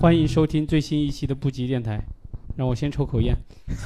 欢迎收听最新一期的不羁电台。让我先抽口烟。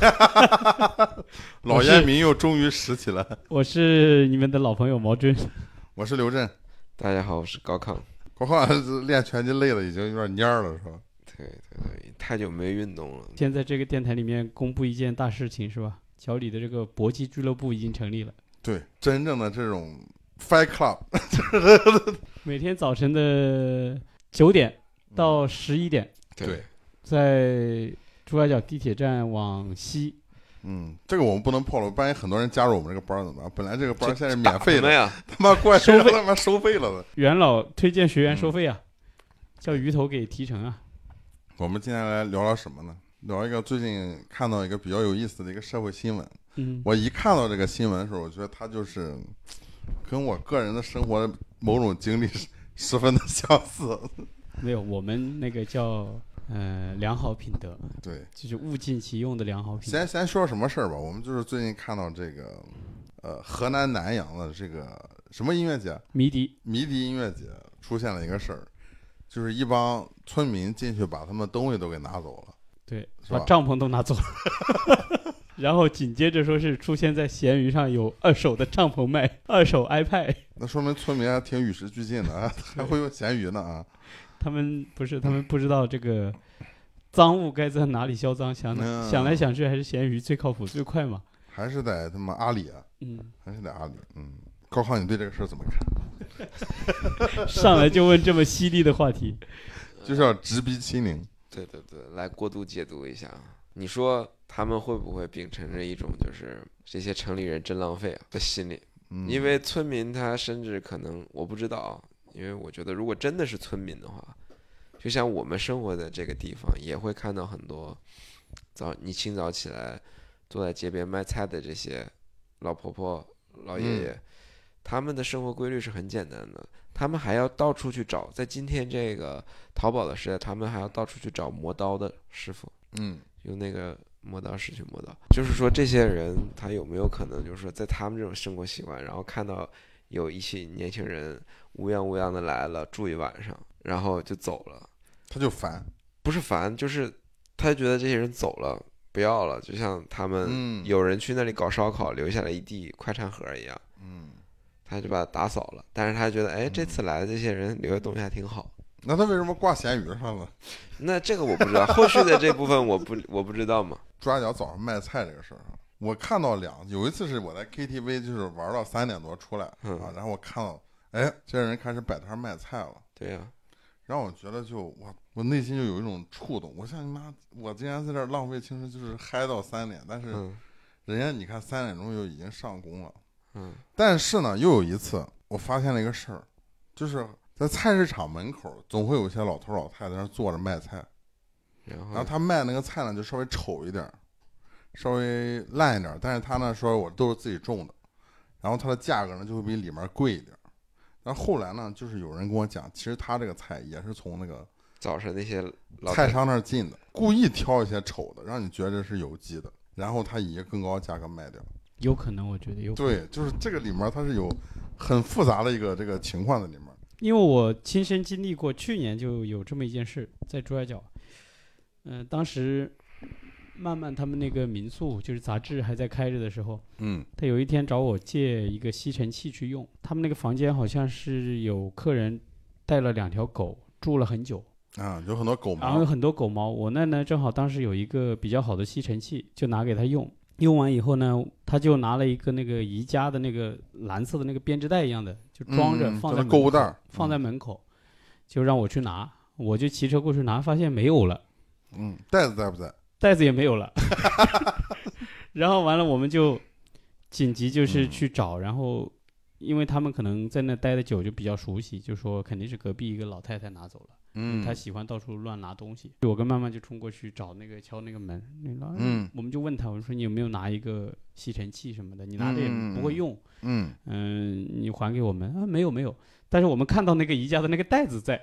老烟民又终于拾起了。 我是你们的老朋友毛军。 我是刘震。 大家好，我是高亢。 高亢练拳击累了，已经有点蔫了，是吧？ 对，太久没运动了。 现在这个电台里面公布一件大事情，是吧？小李的这个搏击俱乐部已经成立了。 对，真正的这种 Fight Club， 每天早晨的9点到11点， 对， 在珠海角地铁站往西。 这个我们不能暴露，万一很多人加入我们这个班怎么办？本来这个班现在是免费的呀， 他妈过来收费，他妈收费了的。 元老推荐学员收费啊，叫鱼头给提成啊。 我们今天来聊聊什么呢？聊一个最近看到一个比较有意思的一个社会新闻。我一看到这个新闻的时候，我觉得它就是跟我个人的生活的某种经历十分的相似。 没有，我们那个叫良好品德， 对， 就是物尽其用的良好品德。 先说什么事儿吧？我们就是最近看到这个河南南阳的这个什么音乐节，迷笛音乐节出现了一个事儿，就是一帮村民进去把他们东西都给拿走了。 对，把帐篷都拿走了。然后紧接着说是出现在闲鱼上有2手的帐篷卖，2手 iPad。 那说明村民还挺与时俱进的啊，还会用闲鱼呢啊。 他们不知道这个赃物该在哪里销赃，想来想去还是闲鱼最靠谱最快嘛， 还是得他妈阿里啊，还是得阿里。高亢，你对这个事儿怎么看？ 上来就问这么犀利的话题， 就是要直逼欺凌。 对，来过度解读一下。你说他们会不会秉承着一种就是这些城里人真浪费的心理？因为村民他甚至可能我不知道，因为我觉得如果真的是村民的话，就像我们生活的这个地方也会看到很多你清早起来坐在街边卖菜的这些老婆婆老爷爷，他们的生活规律是很简单的，他们还要到处去找，在今天这个淘宝的时代，他们还要到处去找磨刀的师傅，用那个磨刀石去磨刀。就是说这些人他有没有可能就是说在他们这种生活习惯，然后看到有一些年轻人乌泱乌泱的来了住一晚上然后就走了， 他就烦， 不是烦，就是他觉得这些人走了不要了，就像他们有人去那里搞烧烤留下了一地快餐盒一样，他就把它打扫了，但是他觉得这次来的这些人留的东西还挺好。 那他为什么挂闲鱼上了？ 那这个我不知道，后续的这部分我不知道嘛。 朱家角早上卖菜这个事儿，我看到有一次是我在 KTV 就是玩到3点多出来然后我看到这人开始摆摊卖菜了。 对呀， 然后我觉得我内心就有一种触动，我想你妈，我竟然在这儿浪费青春，就是嗨到3点，但是人家你看3点钟就已经上工了。但是呢，又有一次我发现了一个事儿，就是在菜市场门口总会有一些老头老太太在那坐着卖菜，然后他卖那个菜呢就稍微丑一点，稍微烂一点，但是他呢说我都是自己种的，然后它的价格呢就会比里面贵一点。但后来呢，就是有人跟我讲，其实他这个菜也是从那个早上那些菜商那儿进的，故意挑一些丑的，让你觉得这是有机的，然后他以一个更高的价格卖掉。 有可能，我觉得有可能。 对，就是这个里面它是有很复杂的一个这个情况在里面。 因为我亲身经历过，去年就有这么一件事，在珠海角。当时慢慢他们那个民宿就是杂志还在开着的时候，他有一天找我借一个吸尘器去用。他们那个房间好像是有客人带了2条狗住了很久有很多狗毛， 然后有很多狗毛。我那呢正好当时有一个比较好的吸尘器，就拿给他用。用完以后呢，他就拿了一个那个宜家的那个蓝色的那个编织袋一样的，就装着放在购物袋， 放在门口，就让我去拿。我就骑车过去拿，发现没有了。 袋子在不在？ 袋子也没有了。然后完了，我们就紧急就是去找，然后因为他们可能在那待的久，就比较熟悉，就说肯定是隔壁一个老太太拿走了。他喜欢到处乱拿东西。我跟曼曼就冲过去找那个敲那个门，我们就问他，我说你有没有拿一个吸尘器什么的？你拿的也不会用，你还给我们啊？没有。但是我们看到那个宜家的那个袋子在。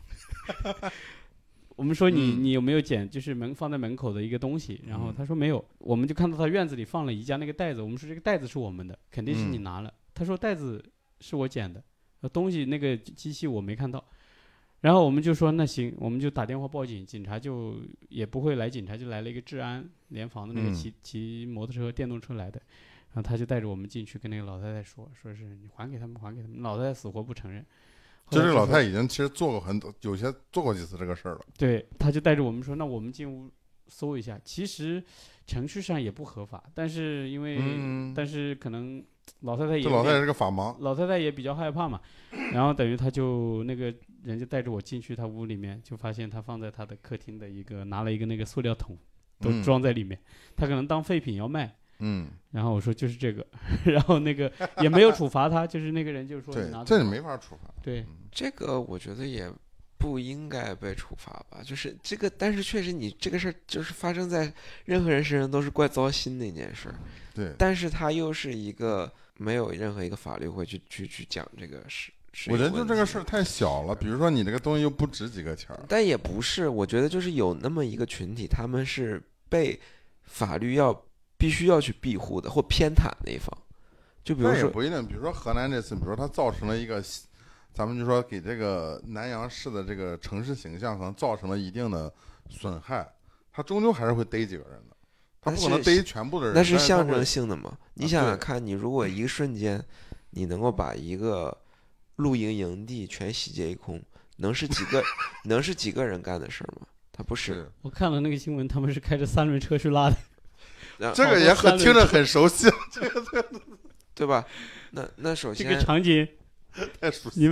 我们说你有没有捡，就是放在门口的一个东西？然后他说没有。我们就看到他院子里放了宜家那个袋子，我们说这个袋子是我们的，肯定是你拿了。他说袋子是我捡的，东西那个机器我没看到。 然后我们就说那行，我们就打电话报警，警察就也不会来，警察就来了一个治安联防的那个骑摩托车、电动车来的，然后他就带着我们进去，跟那个老太太说是你还给他们，还给他们。老太太死活不承认。 就这个老太太已经其实做过几次这个事儿了。 对，他就带着我们说，那我们进屋搜一下。其实程序上也不合法，但是因为但是可能老太太也是个法盲， 老太太也比较害怕嘛。然后等于他就那个人就带着我进去他屋里面，就发现他放在他的客厅的拿了一个那个塑料桶，都装在里面，他可能当废品要卖。然后我说就是这个，然后那个也没有处罚他，就是那个人就说对，这你没法处罚。 对， 这个我觉得也不应该被处罚吧，就是这个，但是确实你这个事儿就是发生在任何人身上都是怪糟心的一件事。 对， 但是它又是一个没有任何一个法律会去讲这个事。 我觉得就这个事儿太小了，比如说你这个东西又不值几个钱儿。 但也不是，我觉得就是有那么一个群体，他们是被法律必须要去庇护的或偏袒的一方。就比如说， 那也不一定。比如说河南这次，比如说它造成了一个，咱们就说给这个南阳市的这个城市形象可能造成了一定的损害，他终究还是会逮几个人的，他不可能逮全部的人。 那是象征性的嘛？你想想看，你如果一个瞬间，你能够把一个露营营地全洗劫一空，能是几个人干的事吗？他不是。 我看了那个新闻，他们是开着3轮车去拉的。 这个也听着很熟悉， 对吧？那首先这个场景太熟悉。 你们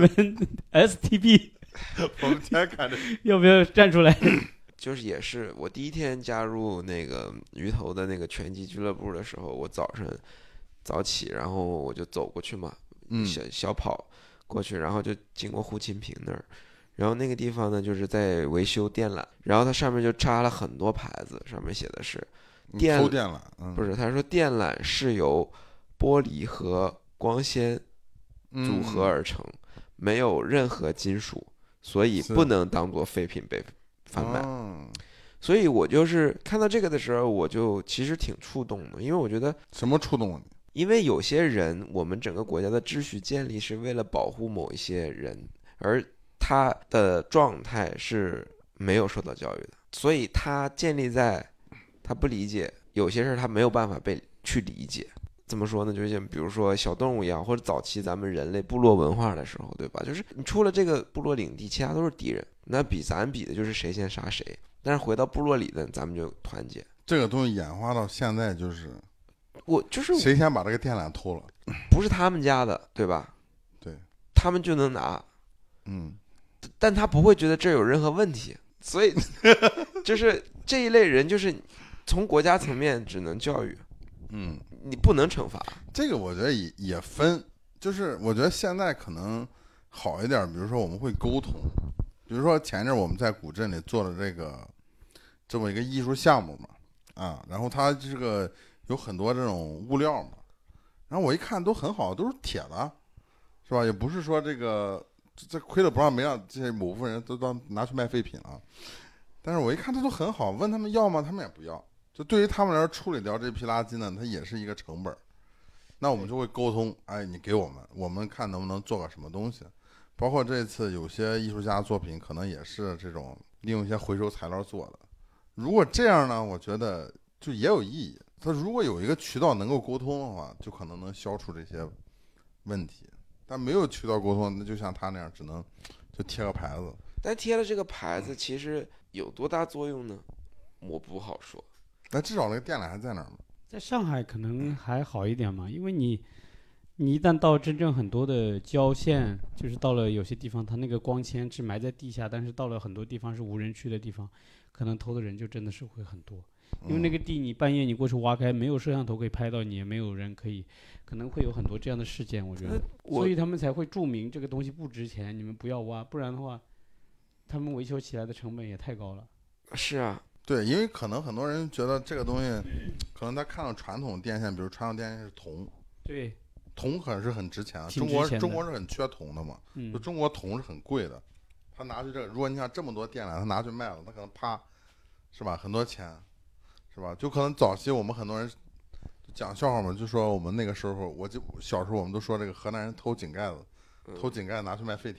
STB 我们天看着要不要站出来？ 就是也是我第一天加入那个鱼头的那个拳击俱乐部的时候，我早上早起，然后我就走过去嘛，小跑过去，然后就经过胡琴坪那儿，然后那个地方呢就是在维修电缆，然后它上面就插了很多牌子，上面写的是电缆， 不是，他说电缆是由玻璃和光纤组合而成，没有任何金属，所以不能当做废品被贩卖。所以我就是看到这个的时候，我就其实挺触动的，因为我觉得什么触动了你？ 因为有些人，我们整个国家的秩序建立是为了保护某一些人，而他的状态是没有受到教育的，所以他建立在他不理解有些事他没有办法被去理解。怎么说呢？就是像比如说小动物一样，或者早期咱们人类部落文化的时候，对吧？就是你出了这个部落领地，其他都是敌人，那咱比的就是谁先杀谁。但是回到部落里呢，咱们就团结。 这个东西演化到现在就是谁先把这个电缆偷了， 不是他们家的，对吧？ 对， 他们就能拿，但他不会觉得这有任何问题，所以就是这一类人，就是从国家层面只能教育，你不能惩罚。 这个我觉得也分，就是我觉得现在可能好一点，比如说我们会沟通，比如说前阵我们在古镇里做了这么一个艺术项目嘛，然后它这个有很多这种物料嘛，然后我一看都很好，都是铁的，是吧？也不是说这亏了不让没让这些某部分人都拿去卖废品了，但是我一看这都很好，问他们要吗？他们也不要。就对于他们来说，处理掉这批垃圾呢，它也是一个成本。那我们就会沟通，哎，你给我们看能不能做个什么东西。包括这次有些艺术家作品，可能也是这种利用一些回收材料做的。如果这样呢，我觉得就也有意义。他如果有一个渠道能够沟通的话，就可能能消除这些问题。但没有渠道沟通，那就像他那样，只能就贴个牌子。 但贴了这个牌子，其实有多大作用呢？我不好说。 那至少那个电缆还在那儿吗？ 在上海可能还好一点嘛，因为你一旦到真正很多的郊县，就是到了有些地方，它那个光纤是埋在地下，但是到了很多地方是无人区的地方，可能偷的人就真的是会很多。因为那个地你半夜你过去挖开，没有摄像头可以拍到你，也没有人可能会有很多这样的事件，我觉得，所以他们才会注明这个东西不值钱，你们不要挖，不然的话，他们维修起来的成本也太高了。 是啊。 对，因为可能很多人觉得这个东西，可能他看到传统电线，比如传统电线是铜， 对， 铜可是很值钱的，中国是很缺铜的嘛，就中国铜是很贵的，他拿去如果你想这么多电缆，他拿去卖了，他可能啪，是吧，很多钱，是吧？就可能早期我们很多人讲笑话嘛，就说我们那个时候，小时候我们都说这个河南人偷井盖子，偷井盖拿去卖废铁。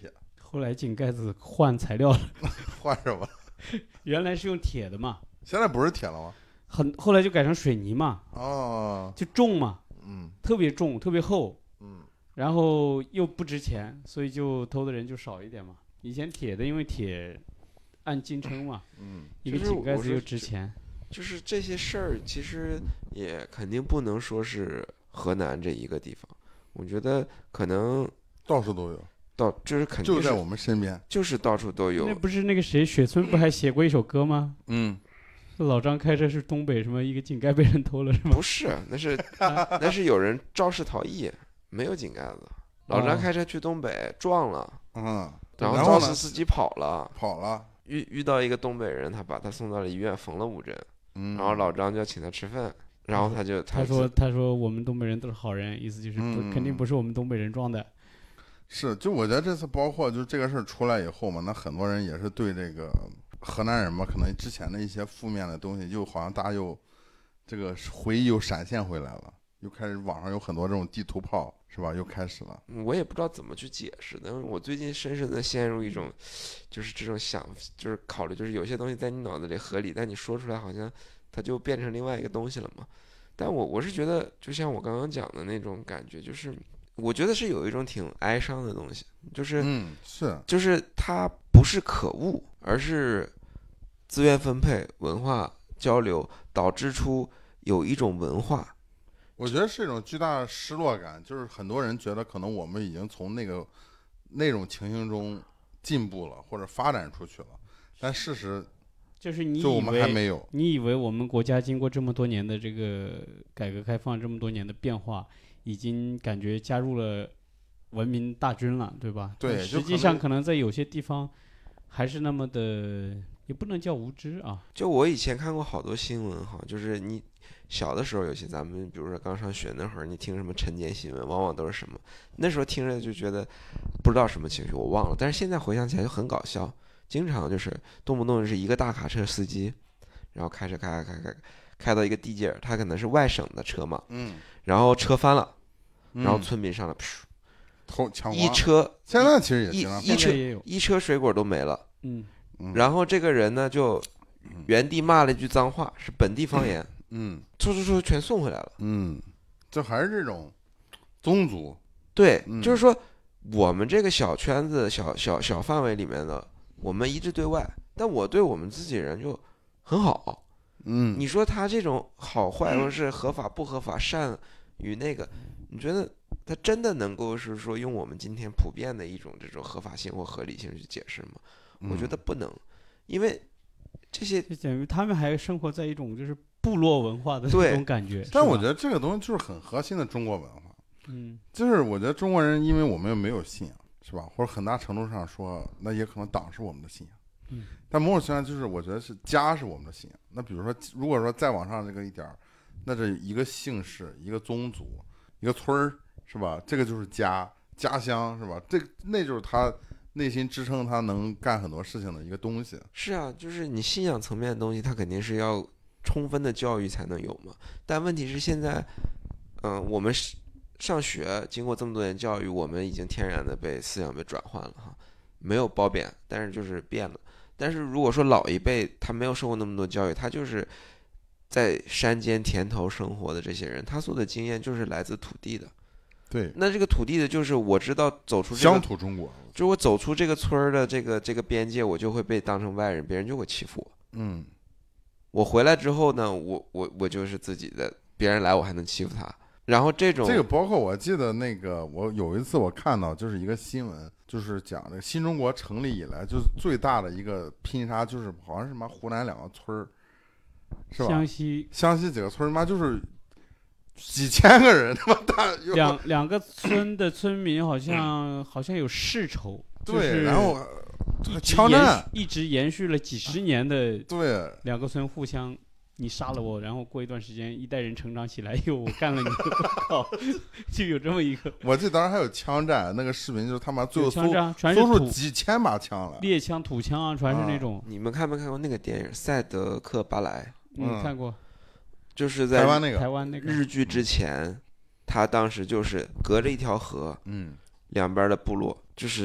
后来井盖子换材料了， 换什么？ 原来是用铁的嘛， 现在不是铁了吗？ 后来就改成水泥嘛， 哦， 就重嘛， 嗯， 特别重，特别厚， 嗯， 然后又不值钱，所以就偷的人就少一点嘛。以前铁的，因为铁按斤称嘛，一个井盖子又值钱。 就是这些事儿，其实也肯定不能说是河南这一个地方，我觉得可能到处都有。 就是肯定就在我们身边， 就是到处都有。 那不是那个谁雪村不还写过一首歌吗？老张开车是东北什么一个井盖被人偷了是吗？ 不是，那是有人肇事逃逸，没有井盖子。老张开车去东北撞了，然后肇事司机跑了，遇到一个东北人，他把他送到了医院缝了5针，然后老张就要请他吃饭，然后他说我们东北人都是好人，意思就是肯定不是我们东北人撞的。 是，就我觉得这次包括就这个事儿出来以后嘛，那很多人也是对这个河南人嘛，可能之前的一些负面的东西，就好像大家又这个回忆又闪现回来了，又开始网上有很多这种地图炮，是吧？又开始了。 我也不知道怎么去解释的，我最近深深的陷入一种，就是这种就是考虑，就是有些东西在你脑子里合理，但你说出来好像它就变成另外一个东西了嘛。但我是觉得，就像我刚刚讲的那种感觉，就是我觉得是有一种挺哀伤的东西，就是它不是可恶，而是资源分配、文化交流导致出有一种文化。 我觉得是一种巨大的失落感，就是很多人觉得可能我们已经从那种情形中进步了，或者发展出去了，但事实就是我们还没有。 你以为我们国家经过这么多年的这个改革开放，这么多年的变化，已经感觉加入了文明大军了，对吧？ 对， 实际上可能在有些地方还是那么的，也不能叫无知啊。 就我以前看过好多新闻哈，就是你小的时候，尤其咱们比如说刚上学那会儿，你听什么晨间新闻，往往都是什么，那时候听着就觉得不知道什么情绪，我忘了。但是现在回想起来就很搞笑，经常就是动不动就是一个大卡车司机，然后开车开到一个地界，他可能是外省的车嘛，然后车翻了，然后村民上来， 抢一车， 现在其实也经常一车水果都没了，然后这个人呢就原地骂了一句脏话，是本地方言，全送回来了， 就还是这种宗族， 对，就是说我们这个小圈子、小范围里面的，我们一致对外，但我对我们自己人就很好，你说他这种好坏，或者是合法不合法、善与那个，你觉得他真的能够是说用我们今天普遍的一种这种合法性或合理性去解释吗？我觉得不能，因为这些就等于他们还生活在一种就是部落文化的那种感觉。 但我觉得这个东西就是很核心的中国文化，就是我觉得中国人，因为我们又没有信仰，是吧？或者很大程度上说，那也可能党是我们的信仰，但某种情况就是我觉得是家是我们的信仰。那比如说，如果说再往上这个一点，那这一个姓氏、一个宗族、一个村儿，是吧？这个就是家乡，是吧？那就是他内心支撑他能干很多事情的一个东西。 是啊，就是你信仰层面的东西，它肯定是要充分的教育才能有嘛。但问题是现在，我们上学经过这么多年教育，我们已经天然的被思想被转换了哈，没有褒贬，但是就是变了。但是如果说老一辈他没有受过那么多教育，他就是在山间田头生活的这些人，他所的经验就是来自土地的。 对， 那这个土地的，就是我知道走出乡土中国， 就我走出这个村的这个边界，我就会被当成外人，别人就会欺负我。我回来之后呢，我就是自己的，别人来我还能欺负他。然后这个包括我记得那个，我有一次我看到就是一个新闻，就是讲这个新中国成立以来就是最大的一个拼杀，就是好像是什么湖南2个村儿，是吧？湘西几个村儿，妈就是几千个人，他妈大两个村的村民好像有世仇， 对，然后枪战一直延续了几十年的， 对， 两个村互相。你杀了我，然后过一段时间，一代人成长起来，我干了你，靠，就有这么一个。 我记得当时还有枪战，那个视频就是他妈最后搜出几千把枪了， 猎枪、土枪啊，全是那种。 你们看没看过那个电影《赛德克·巴莱》？ 看过， 就是在台湾那个日剧之前，他当时就是隔着一条河，两边的部落就是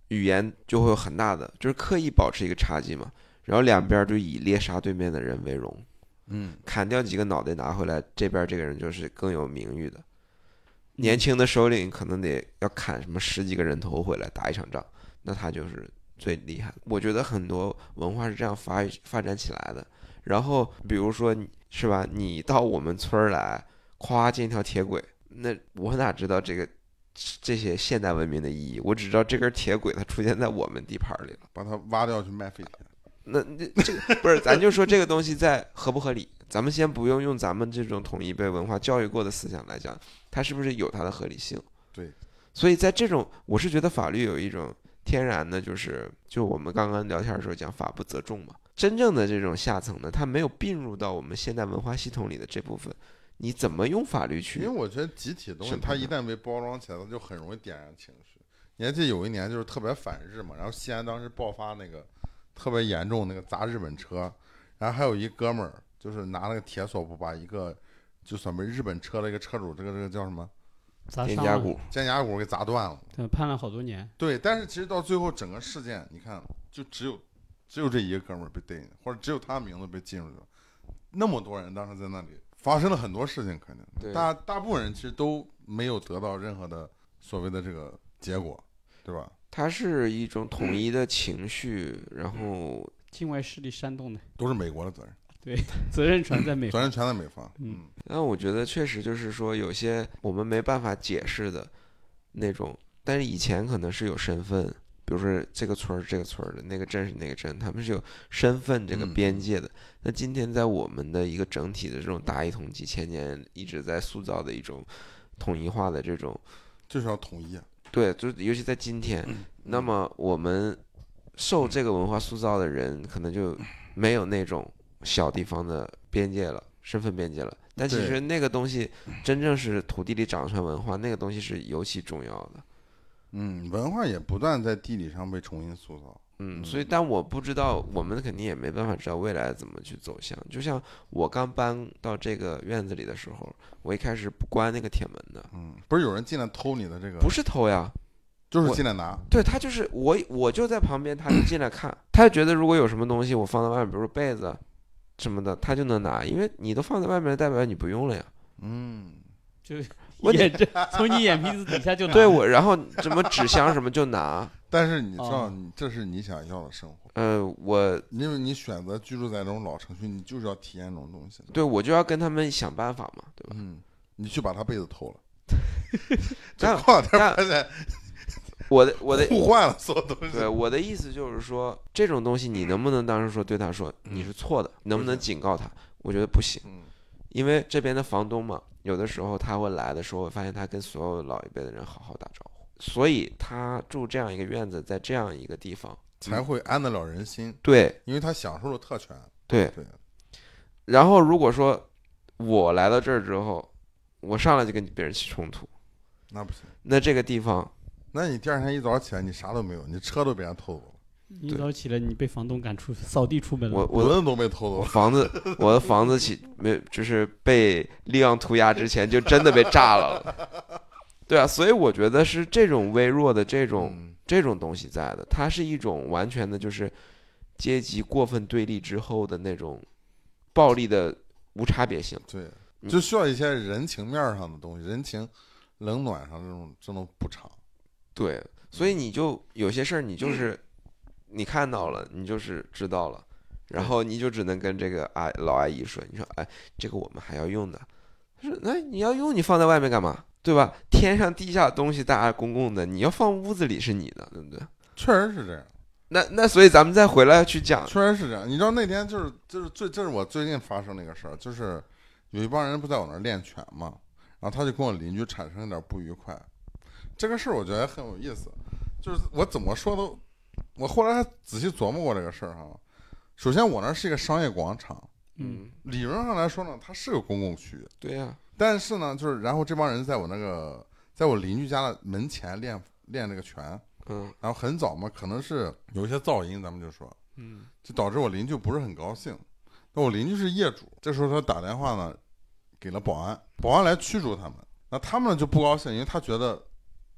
语言就会有很大的，就是刻意保持一个差距嘛。然后两边就以猎杀对面的人为荣，砍掉几个脑袋拿回来，这边这个人就是更有名誉的。年轻的首领可能得要砍什么10几个人头回来打一场仗，那他就是最厉害的。我觉得很多文化是这样发展起来的。然后比如说是吧，你到我们村来，夸建一条铁轨，那我哪知道这些现代文明的意义？我只知道这根铁轨它出现在我们地盘里了， 把它挖掉去卖废铁。 那这个不是，咱就说这个东西在合不合理？咱们先不用咱们这种统一被文化教育过的思想来讲，它是不是有它的合理性？ 对。 所以在这种，我是觉得法律有一种天然的，就我们刚刚聊天的时候讲法不责众嘛。真正的这种下层呢，它没有并入到我们现代文化系统里的这部分，你怎么用法律去？ 因为我觉得集体的东西，它一旦被包装起来，它就很容易点燃情绪。你还记得有一年就是特别反日嘛，然后西安当时爆发那个特别严重那个砸日本车，然后还有一哥们儿就是拿那个铁索布把一个就算被日本车的一个车主，这个叫什么肩胛骨给砸断了， 对，判了好多年。 对，但是其实到最后整个事件，你看就只有这一个哥们儿被逮，或者只有他名字被记入去了，那么多人当时在那里发生了很多事情，肯定大部分人其实都没有得到任何的所谓的这个结果，对吧？ 它是一种统一的情绪，然后境外势力煽动的， 都是美国的责任。 对，责任全在美方。 责任全在美方。 那我觉得确实就是说，有些我们没办法解释的那种，但是以前可能是有身份，比如说这个村这个村的，那个镇是那个镇，他们是有身份这个边界的。那今天在我们的一个整体的这种大一统几千年一直在塑造的一种统一化的这种， 就是要统一。 对，就是尤其在今天，那么我们受这个文化塑造的人，可能就没有那种小地方的边界了，身份边界了。但其实那个东西真正是土地里长出来文化，那个东西是尤其重要的。 文化也不断在地理上被重新塑造。 所以但我不知道，我们肯定也没办法知道未来怎么去走向。就像我刚搬到这个院子里的时候，我一开始不关那个铁门的。 不是有人进来偷你的这个？ 不是偷呀， 就是进来拿。 对，他就是我就在旁边，他就进来看，他就觉得如果有什么东西我放在外面，比如说被子什么的，他就能拿，因为你都放在外面，代表你不用了呀。 就从你眼皮子底下就拿。 对，然后什么纸箱什么就拿。 但是你知道，这是你想要的生活。因为你选择居住在这种老城区，你就是要体验这种东西。 对，我就要跟他们想办法嘛，对吧？ 你去把他被子偷了， 但过两天发现我的互换了所有东西。 对，我的意思就是说，这种东西你能不能当时说对他说你是错的？能不能警告他？我觉得不行，因为这边的房东嘛，有的时候他会来的时候，我发现他跟所有老一辈的人好好打招呼，所以他住这样一个院子，在这样一个地方才会安得了人心。 对， 因为他享受了特权。 对。然后如果说我来到这儿之后，我上来就跟别人起冲突， 那不行。 那这个地方， 那你第二天一早起来，你啥都没有，你车都被人偷走了。 一早起来，你被房东赶出扫地出门了。 我的都被偷走了。我的房子就是被利昂涂鸦之前，就真的被炸了。对啊，所以我觉得是这种微弱的这种东西在的，它是一种完全的就是阶级过分对立之后的那种暴力的无差别性。 对，就需要一些人情面上的东西，人情冷暖上这种补偿。 对，所以你就有些事儿，你就是你看到了，你就是知道了，然后你就只能跟这个老阿姨说，你说哎，这个我们还要用的。他说那你要用，你放在外面干嘛？对吧？天上地下的东西大家公共的，你要放屋子里是你的，对不对？ 确实是这样。 那所以咱们再回来去讲， 确实是这样。你知道那天这是我最近发生的一个事儿，就是有一帮人不在我那儿练拳嘛，然后他就跟我邻居产生一点不愉快。这个事儿我觉得很有意思，就是我怎么说都，我后来还仔细琢磨过这个事儿哈。首先我那是一个商业广场，理论上来说呢，它是个公共区域， 对呀。 但是呢，就是然后这帮人在我邻居家的门前练这个拳，然后很早嘛，可能是有一些噪音，咱们就说，就导致我邻居不是很高兴。那我邻居是业主，这时候他打电话呢给了保安，保安来驱逐他们。那他们就不高兴，因为他觉得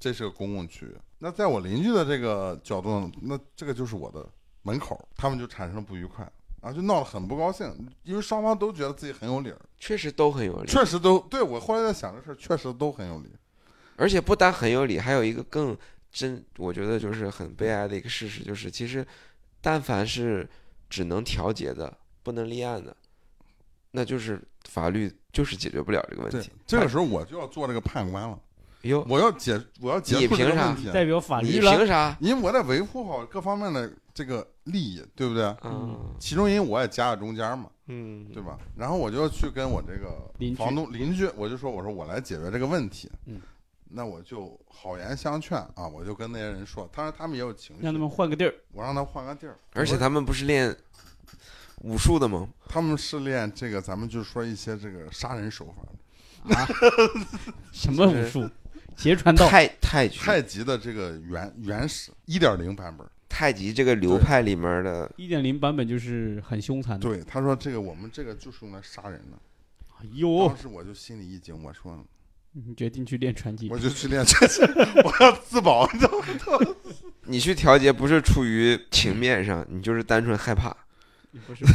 这是个公共区域。那在我邻居的这个角度呢，那这个就是我的门口，他们就产生了不愉快，然后就闹得很不高兴，因为双方都觉得自己很有理儿， 确实都很有理， 确实都对。我后来在想这事儿，确实都很有理， 而且不单很有理，还有一个更我觉得就是很悲哀的一个事实，就是其实但凡是只能调解的，不能立案的，那就是法律就是解决不了这个问题。 这个时候我就要做这个判官了。 哟， 我要解除这个问题， 代表法律了？你凭啥？ 因为我得维护好各方面的这个利益，对不对？其中因为我也夹在中间嘛，对吧？然后我就要去跟我这个房东邻居，我说我来解决这个问题，那我就好言相劝啊，我就跟那些人说，当然他们也有情绪， 让他们换个地儿， 我让他换个地儿， 而且他们不是练武术的吗？ 他们是练这个，咱们就说一些这个杀人手法啊，什么武术？截传道太极的这个原始 1.0 版本， 太极这个流派里面的 1.0 版本就是很凶残的。 对，他说这个我们这个就是用来杀人的。 哎呦， 当时我就心里一惊，我说你决定去练传奇， 我就去练传奇，我要自保，你知道吗？ 你去调节不是出于情面上，你就是单纯害怕。 你不是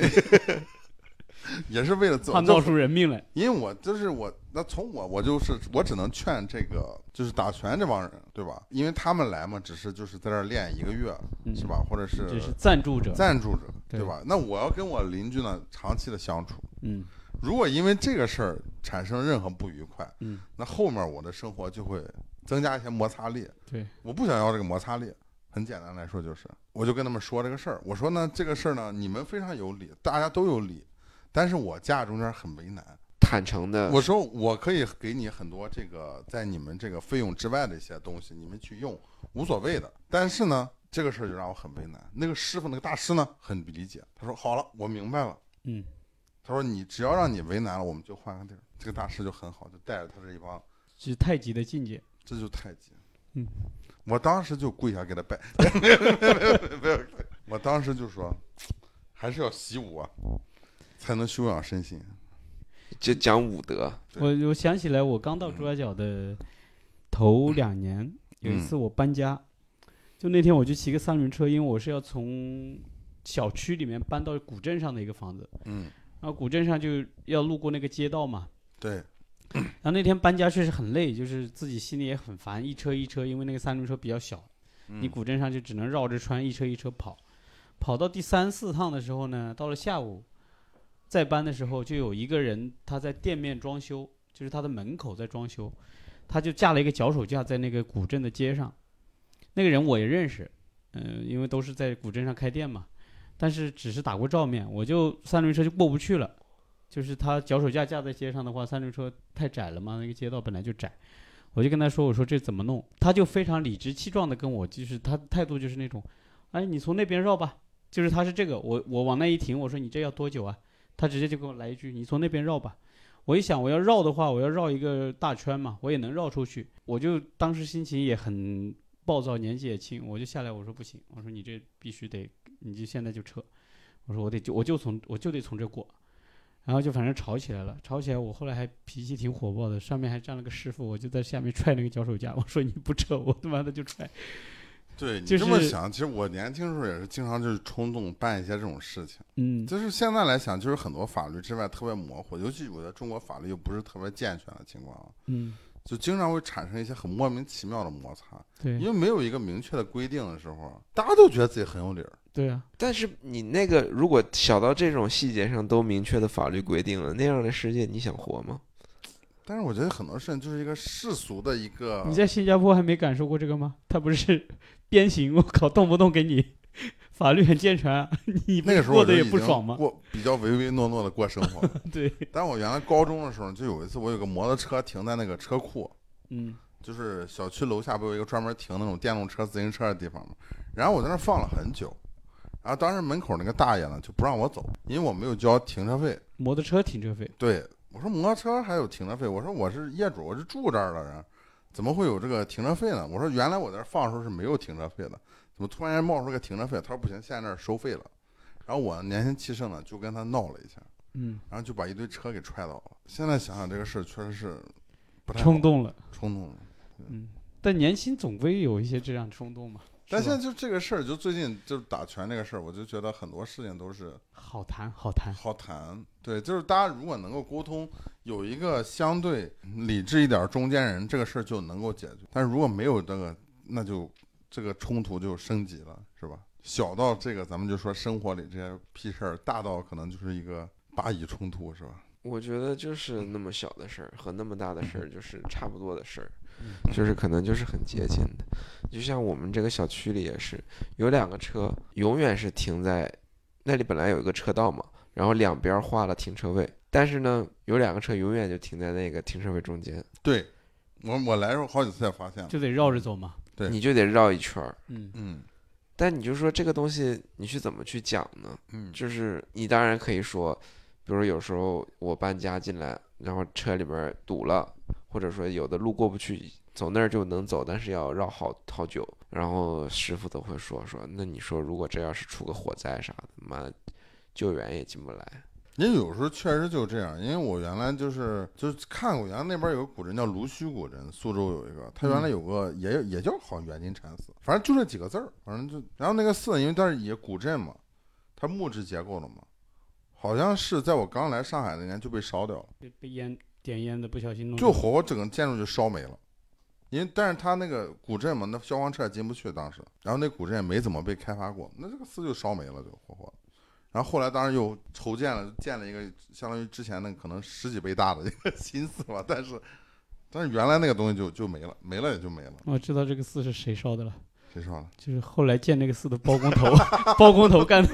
也是为了怕闹出人命来。 因为我就是那从我只能劝这个就是打拳这帮人，对吧？因为他们来嘛，只是就是在这儿练1个月，是吧？或者是这是赞助者， 对吧？那我要跟我邻居呢长期的相处，如果因为这个事儿产生任何不愉快，那后面我的生活就会增加一些摩擦力。 对， 我不想要这个摩擦力。很简单来说就是，我就跟他们说这个事儿，我说呢这个事儿呢，你们非常有理，大家都有理。但是我家中间很为难， 坦诚的， 我说我可以给你很多这个在你们这个费用之外的一些东西，你们去用无所谓的。但是呢，这个事儿就让我很为难。那个师傅，那个大师呢，很不理解。他说：“好了，我明白了。”他说：“你只要让你为难了，我们就换个地儿。”这个大师就很好，就带着他这一帮， 是太极的境界， 这就是太极。我当时就跪下给他拜，没有，我当时就说，还是要习武啊。才能修养身心， 就讲武德。 我想起来，我刚到朱家角的头2年，有一次我搬家，就那天我就骑个3轮车，因为我是要从小区里面搬到古镇上的一个房子，然后古镇上就要路过那个街道嘛， 对。 然后那天搬家确实很累，就是自己心里也很烦，一车一车，因为那个3轮车比较小，你古镇上就只能绕着穿，一车一车跑到第3、4趟的时候呢，到了下午。再搬的时候，就有一个人他在店面装修，就是他的门口在装修，他就架了一个脚手架在那个古镇的街上。那个人我也认识，因为都是在古镇上开店嘛，但是只是打过照面，我就3轮车就过不去了。就是他脚手架架在街上的话，3轮车太窄了嘛，那个街道本来就窄，我就跟他说，我说这怎么弄？他就非常理直气壮的跟我，就是他态度就是那种，哎，你从那边绕吧，就是他是这个，我往那一停，我说你这要多久啊？他直接就跟我来一句：“你从那边绕吧。”我一想，我要绕的话，我要绕一个大圈嘛，我也能绕出去。我就当时心情也很暴躁，年纪也轻，我就下来，我说不行，我说你这必须得，你就现在就撤。我说我就得从这过，然后就反正吵起来了。吵起来，我后来还脾气挺火爆的，上面还站了个师傅，我就在下面踹那个脚手架，我说你不撤，我他妈的就踹。 对，你这么想，其实我年轻时候也是经常就是冲动办一些这种事情。就是现在来想，就是很多法律之外特别模糊，尤其我觉得中国法律又不是特别健全的情况，就经常会产生一些很莫名其妙的摩擦。 对， 因为没有一个明确的规定的时候，大家都觉得自己很有理儿。 对啊， 但是你那个如果小到这种细节上都明确的法律规定了，那样的世界你想活吗？ 但是我觉得很多事情就是一个世俗的一个。 你在新加坡还没感受过这个吗？他不是鞭刑，我靠，动不动给你法律很健全啊，你那个时候过得也不爽吗？ 过比较唯唯诺诺的过生活。 对。 但我原来高中的时候就有一次，我有个摩托车停在那个车库，就是小区楼下不有一个专门停那种电动车、自行车的地方吗？然后我在那放了很久，然后当时门口那个大爷呢就不让我走，因为我没有交停车费。 摩托车停车费？ 对。我说摩托车还有停车费，我说我是业主，我是住这儿的人，怎么会有这个停车费呢？我说原来我在这放的时候是没有停车费的，怎么突然间冒出个停车费？他说不行，现在那儿收费了。然后我年轻气盛呢，就跟他闹了一下，然后就把一堆车给踹倒了。现在想想这个事确实是不太好， 冲动了， 但年轻总归有一些这样冲动嘛。 但现在就这个事儿，就最近就打拳这个事儿，我就觉得很多事情都是好谈。 对，就是大家如果能够沟通，有一个相对理智一点中间人，这个事儿就能够解决。但是如果没有这个，那就这个冲突就升级了，是吧？小到这个咱们就说生活里这些屁事儿，大到可能就是一个巴以冲突，是吧？ 我觉得就是那么小的事儿和那么大的事儿就是差不多的事儿，就是可能就是很接近的。就像我们这个小区里也是，有2个车永远是停在那里，本来有一个车道嘛，然后两边画了停车位，但是呢，有2个车永远就停在那个停车位中间。 对，我来的时候好几次也发现了， 就得绕着走嘛。 对， 你就得绕一圈儿。 但你就说这个东西你去怎么去讲呢？就是你当然可以说，比如有时候我搬家进来，然后车里边堵了，或者说有的路过不去，走那儿就能走，但是要绕好久，然后师傅都会说，那你说如果这要是出个火灾啥的，妈救援也进不来。 因为有时候确实就这样，因为我原来就是看过，原来那边有个古镇叫卢须古镇，苏州有一个，它原来有个也叫好像圆金禅寺，反正就这几个字儿，反正就然后那个寺因为它是也古镇嘛，它木质结构的嘛，好像是在我刚来上海那年就被烧掉了， 被点烟的不小心弄就活整个建筑就烧没了。但是它那个古镇嘛，那消防车也进不去当时，然后那古镇也没怎么被开发过，那这个寺就烧没了，就活。然后后来当然又筹建了，建了一个相当于之前那可能10几倍大的一个新寺吧，但是原来那个东西就没了，没了也就没了。 我知道这个寺是谁烧的了。 谁烧的？ 就是后来建那个寺的包工头，包工头干的。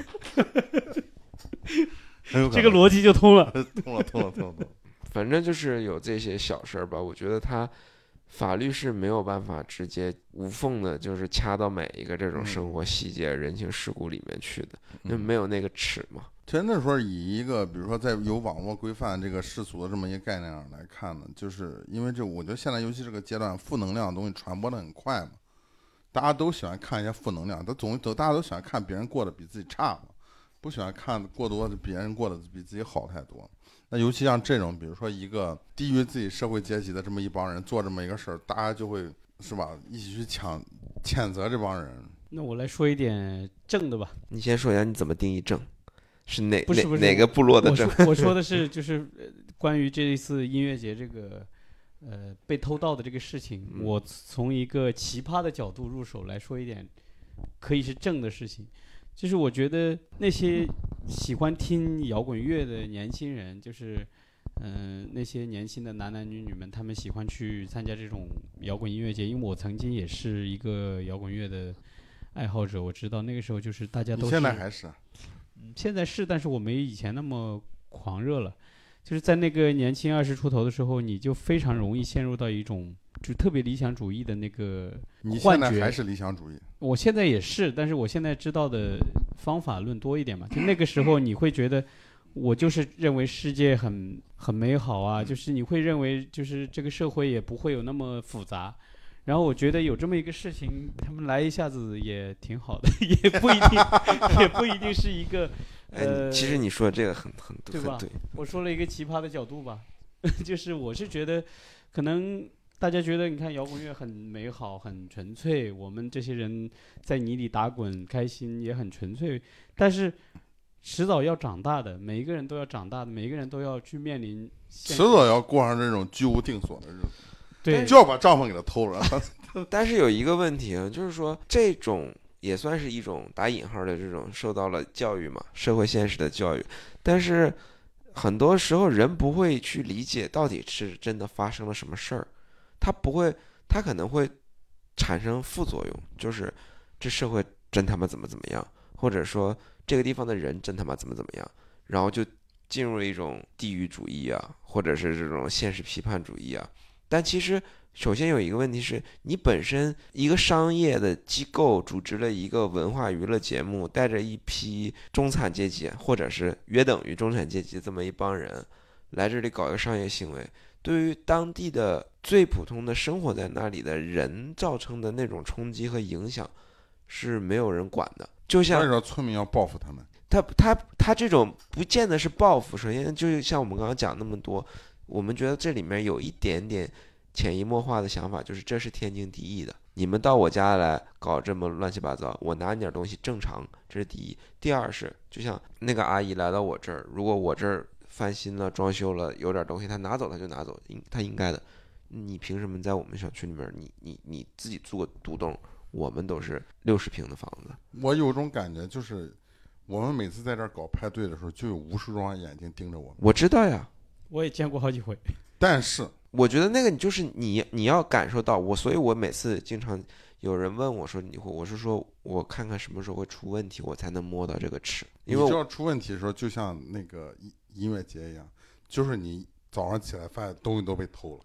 这个逻辑就通了。 通了。 反正就是有这些小事儿吧，我觉得法律是没有办法直接无缝的，就是掐到每一个这种生活细节、人情世故里面去的，因为没有那个尺嘛。 其实那时候以一个比如说在有网络规范这个世俗的这么一个概念上来看呢，就是因为我觉得现在尤其这个阶段，负能量的东西传播的很快嘛，大家都喜欢看一些负能量，大家都喜欢看别人过得比自己差嘛，不喜欢看过多的别人过得比自己好太多。那尤其像这种，比如说一个低于自己社会阶级的这么一帮人做这么一个事儿，大家就会是吧，一起去谴责这帮人。 那我来说一点正的吧。 你先说一下你怎么定义正，是哪个部落的正？ 我说的是就是关于这一次音乐节这个被偷盗的这个事情，我从一个奇葩的角度入手来说一点可以是正的事情。就是我觉得那些喜欢听摇滚乐的年轻人，就是那些年轻的男女们，他们喜欢去参加这种摇滚音乐节。因为我曾经也是一个摇滚乐的爱好者，我知道那个时候就是大家都是。 你现在还是？ 现在是，但是我没以前那么狂热了。就是在那个年轻20出头的时候，你就非常容易陷入到一种就特别理想主义的那个幻觉。 你现在还是理想主义？ 我现在也是，但是我现在知道的方法论多一点嘛。就那个时候你会觉得我就是认为世界很美好啊，就是你会认为就是这个社会也不会有那么复杂。然后我觉得有这么一个事情，他们来一下子也挺好的，也不一定是一个其实你说这个很对吧？我说了一个奇葩的角度吧，就是我是觉得可能大家觉得你看摇滚乐很美好很纯粹，我们这些人在泥里打滚开心也很纯粹，但是迟早要长大的，每一个人都要长大的，每一个人都要去面临迟早要过上这种居无定所的日子。 对， 就要把帐篷给他偷了。 但是有一个问题啊，就是说这种也算是一种打引号的这种受到了教育嘛，社会现实的教育。但是很多时候人不会去理解到底是真的发生了什么事儿，他可能会产生副作用，就是这社会真他妈怎么样，或者说这个地方的人真他妈怎么样，然后就进入一种地域主义啊，或者是这种现实批判主义啊。但其实首先有一个问题是，你本身一个商业的机构组织了一个文化娱乐节目，带着一批中产阶级或者是约等于中产阶级这么一帮人来这里搞一个商业行为，对于当地的最普通的生活在那里的人造成的那种冲击和影响是没有人管的。就像所以说村民要报复他们， 他这种不见得是报复，首先就像我们刚刚讲那么多，我们觉得这里面有一点点潜移默化的想法就是这是天经地义的。你们到我家来搞这么乱七八糟，我拿你点东西正常，这是第一。第二是，就像那个阿姨来到我这儿，如果我这儿翻新了、装修了，有点东西她拿走，她就拿走，她应该的。你凭什么在我们小区里面，你自己住个独栋，我们都是60平的房子。 我有种感觉，就是我们每次在这儿搞派对的时候，就有无数双眼睛盯着我们。 我知道呀， 我也见过好几回。 但是我觉得那个就是你要感受到我，所以我每次经常有人问我说我是说我看看什么时候会出问题，我才能摸到这个尺。因为你知道出问题的时候，就像那个音乐节一样，就是你早上起来发现东西都被偷了，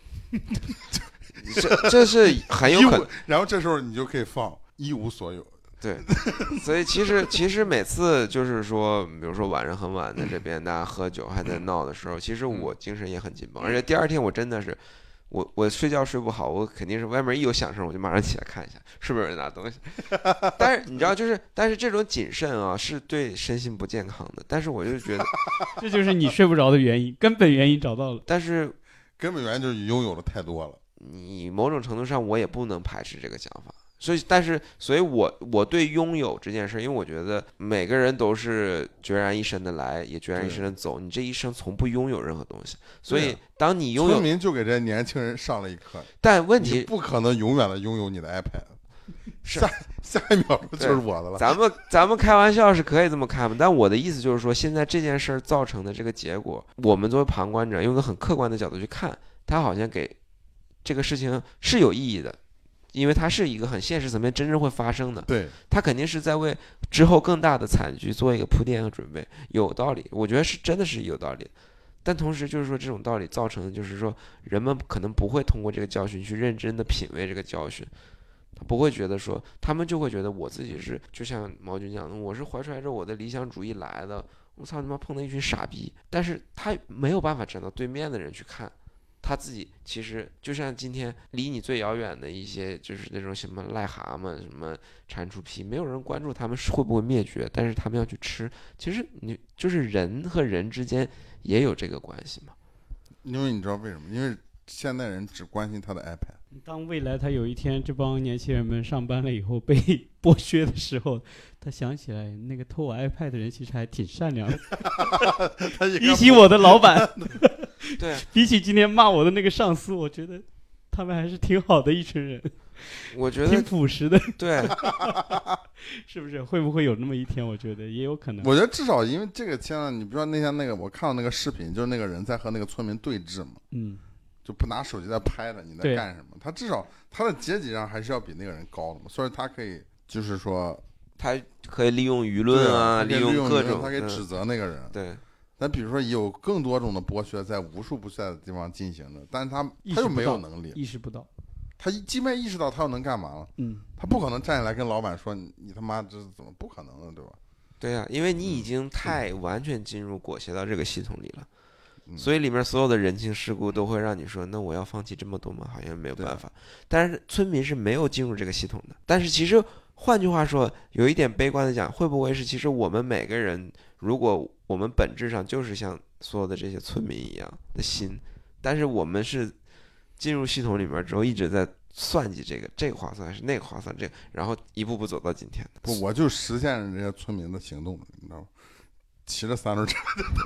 这是很有可能。 然后这时候你就可以放一无所有。 对，所以其实每次就是说，比如说晚上很晚在这边大家喝酒还在闹的时候，其实我精神也很紧绷，而且第二天我真的是，我睡觉睡不好，我肯定是外面一有响声我就马上起来看一下是不是有人拿东西。但是你知道，但是这种谨慎啊是对身心不健康的。但是我就觉得， 这就是你睡不着的原因，根本原因找到了。 但是根本原因就是拥有的太多了。 你某种程度上我也不能排斥这个想法。所以我对拥有这件事，因为我觉得每个人都是决然一身的来，也决然一身的走。你这一生从不拥有任何东西，所以当你拥有， 村民就给这些年轻人上了一课。 但问题不可能永远的拥有你的 iPad， 下一秒钟就是我的了。 咱们开玩笑是可以这么看嘛，但我的意思就是说，现在这件事造成的这个结果，我们作为旁观者，用一个很客观的角度去看，它好像给这个事情是有意义的。因为它是一个很现实层面真正会发生的， 对， 它肯定是在为之后更大的惨剧做一个铺垫和准备，有道理，我觉得是真的是有道理。但同时就是说，这种道理造成的就是说，人们可能不会通过这个教训去认真的品味这个教训，他不会觉得说，他们就会觉得我自己是，就像毛军讲的，我是怀揣着我的理想主义来的，我操他妈碰到一群傻逼，但是他没有办法站到对面的人去看。他自己其实就像今天离你最遥远的一些，就是那种什么癞蛤蟆、什么蟾蜍皮，没有人关注他们是会不会灭绝，但是他们要去吃。其实你就是人和人之间也有这个关系嘛。 因为你知道为什么？因为现代人只关心他的 iPad。 当未来他有一天这帮年轻人们上班了以后被剥削的时候，他想起来那个偷我 iPad 的人其实还挺善良的。比起我的老板， 对， 比起今天骂我的那个上司，我觉得他们还是挺好的一群人。 我觉得挺朴实的。 对， 是不是？会不会有那么一天？我觉得也有可能。 我觉得至少因为这个现在，你比如说那天那个我看到那个视频，就是那个人在和那个村民对峙嘛，就不拿手机在拍着你在干什么，他至少他的阶级上还是要比那个人高的嘛，所以他可以就是说他可以利用舆论啊，利用各种， 他可以指责那个人。 对。 但比如说有更多种的剥削在无数不在的地方进行着，但是他又没有能力， 意识不到。 他即便意识到，他又能干嘛了？他不可能站起来跟老板说你他妈这是怎么不可能的，对吧？ 对呀，因为你已经太完全进入裹挟到这个系统里了，所以里面所有的人情世故都会让你说，那我要放弃这么多吗？好像没有办法。但是村民是没有进入这个系统的。但是其实换句话说，有一点悲观的讲，会不会是其实我们每个人，如果我们本质上就是像所有的这些村民一样的心，但是我们是进入系统里面之后一直在算计这个划算还是那个划算，这个然后一步步走到今天的。 不，我就实现了这些村民的行动，你知道吗？骑着三轮车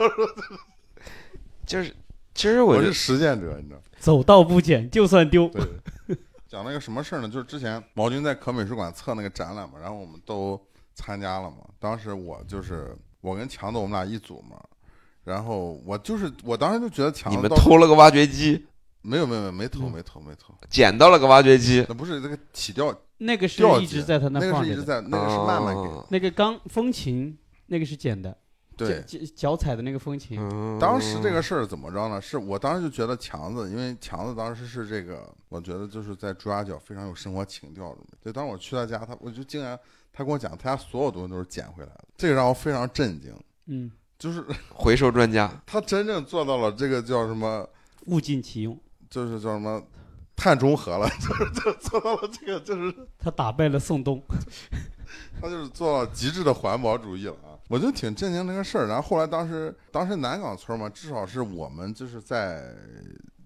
就是其实我是实践者，你知道， 走到不捡就算丢。 对，讲那个什么事呢？就是之前毛军在可美术馆测那个展览嘛，然后我们都参加了嘛。当时我跟强子我们俩一组嘛，然后我当时就觉得强子你们偷了个挖掘机。 没偷， 捡到了个挖掘机， 那不是那个起吊， 那个是一直在他那放着的， 那个是一直在，那个是慢慢给的。 那个钢风琴，那个是捡的， 对， 脚踩的那个风琴。 当时这个事儿怎么着呢？是我当时就觉得强子，因为强子当时是这个，我觉得就是在朱家角非常有生活情调的。对，当时我去他家，我就竟然他跟我讲，他家所有东西都是捡回来的，这个让我非常震惊。就是回收专家， 他真正做到了这个叫什么物尽其用。 就是叫什么碳中和了，就做到了这个，就是他打败了宋冬， 他就是做到极致的环保主义了啊！我就挺震惊这个事儿。然后后来当时南岗村嘛，至少是我们就是在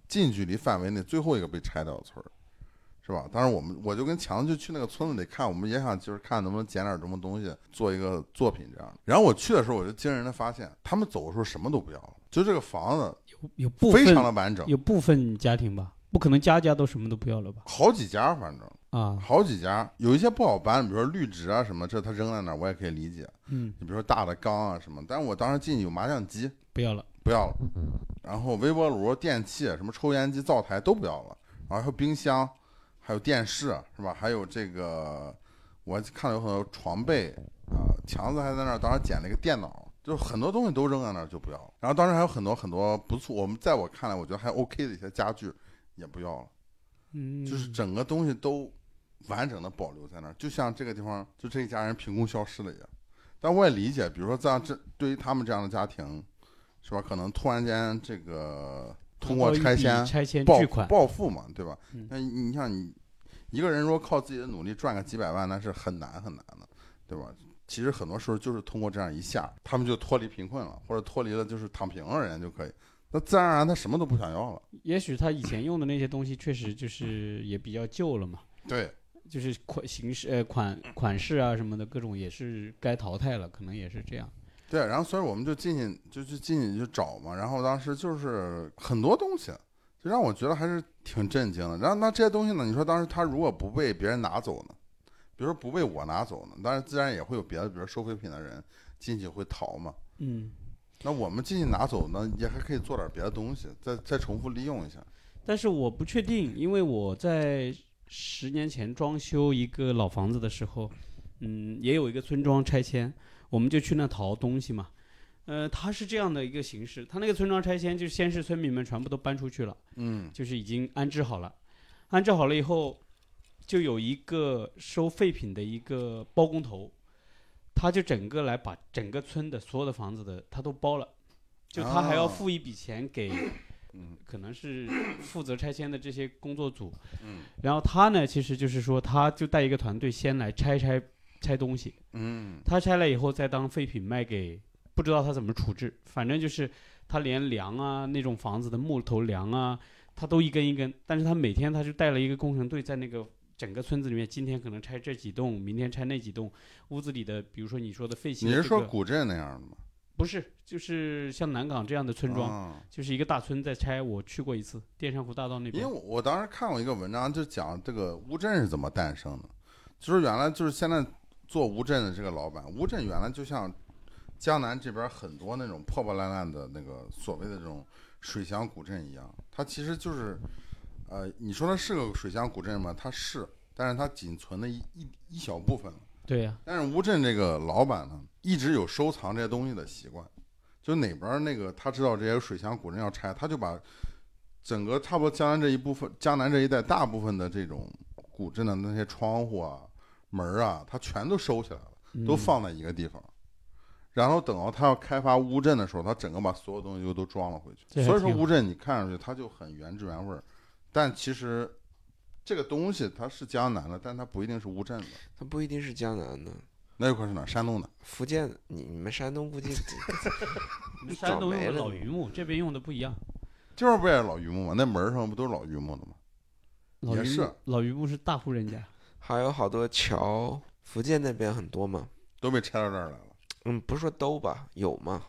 近距离范围内最后一个被拆掉的村儿，是吧？当时我就跟强就去那个村子里看，我们也想就是看能不能捡点什么东西做一个作品这样。然后我去的时候，我就惊人的发现，他们走的时候什么都不要了，就这个房子有部分非常的完整， 有部分家庭吧，不可能家家都什么都不要了吧？ 好几家反正。好几家，有一些不好搬，比如说绿植啊什么，这他扔在那儿我也可以理解。你比如说大的缸啊什么，但是我当时进去有麻将机， 不要了， 然后微波炉、电器、什么抽烟机、灶台都不要了，然后还有冰箱，还有电视，是吧？还有这个，我看到有很多床被啊，强子还在那儿，当时捡了一个电脑，就很多东西都扔在那儿就不要了。然后当时还有很多不错，在我看来我觉得还 OK 的一些家具也不要了，就是整个东西都完整的保留在那儿，就像这个地方就这一家人凭空消失了一样。但我也理解，比如说对于他们这样的家庭，是吧？可能突然间这个通过拆迁暴富嘛，对吧？那你像你一个人如果靠自己的努力赚个几百万，那是很难的，对吧？其实很多时候就是通过这样一下，他们就脱离贫困了，或者脱离了就是躺平的人就可以。那自然而然他什么都不想要了。 也许他以前用的那些东西确实就是也比较旧了嘛。 对。 就是款式啊什么的各种也是该淘汰了，可能也是这样。 对，然后所以我们就进去找嘛，然后当时就是很多东西，就让我觉得还是挺震惊的。然后那这些东西呢，你说当时他如果不被别人拿走呢，比如说不被我拿走呢，当然自然也会有别的，比如收废品的人进去会逃嘛。那我们进去拿走呢，也还可以做点别的东西，再重复利用一下。 但是我不确定，因为我在10年前装修一个老房子的时候，也有一个村庄拆迁，我们就去那淘东西嘛。它是这样的一个形式，它那个村庄拆迁就先是村民们全部都搬出去了，就是已经安置好了，安置好了以后，就有一个收废品的一个包工头，他就整个来把整个村的所有的房子的他都包了，就他还要付一笔钱给。可能是负责拆迁的这些工作组，然后他呢，其实就是说，他就带一个团队先来拆东西，他拆了以后再当废品卖给，不知道他怎么处置，反正就是他连梁啊那种房子的木头梁啊，他都一根一根，但是他每天他就带了一个工程队在那个整个村子里面，今天可能拆这几栋，明天拆那几栋，屋子里的，比如说你说的废弃的、 你是说古镇那样的吗？ 不是，就是像南港这样的村庄，就是一个大村在拆。我去过一次淀山湖大道那边。 因为我当时看过一个文章，就讲这个乌镇是怎么诞生的。就是原来就是现在做乌镇的这个老板，乌镇原来就像江南这边很多那种破破烂烂的那个所谓的这种水乡古镇一样，它其实就是，你说它是个水乡古镇吗？它是，但是它仅存的一小部分。 对呀。 但是乌镇这个老板呢，一直有收藏这些东西的习惯，就哪边那个他知道这些水乡古镇要拆，他就把整个差不多江南这一带大部分的这种古镇的那些窗户啊、门啊，他全都收起来了，都放在一个地方。然后等到他要开发乌镇的时候，他整个把所有东西都装了回去。所以说乌镇你看上去它就很原汁原味，但其实这个东西它是江南的，但它不一定是乌镇的。 它不一定是江南的。 那一块是哪？山东的。 福建，你们山东估计山东用的老榆木，这边用的不一样。 这边不也是老榆木吗？那门上不都是老榆木的吗？也是。 老榆木是大户人家。 还有好多桥，福建那边很多嘛， 都被拆到这儿来了。 不是说都吧，有嘛。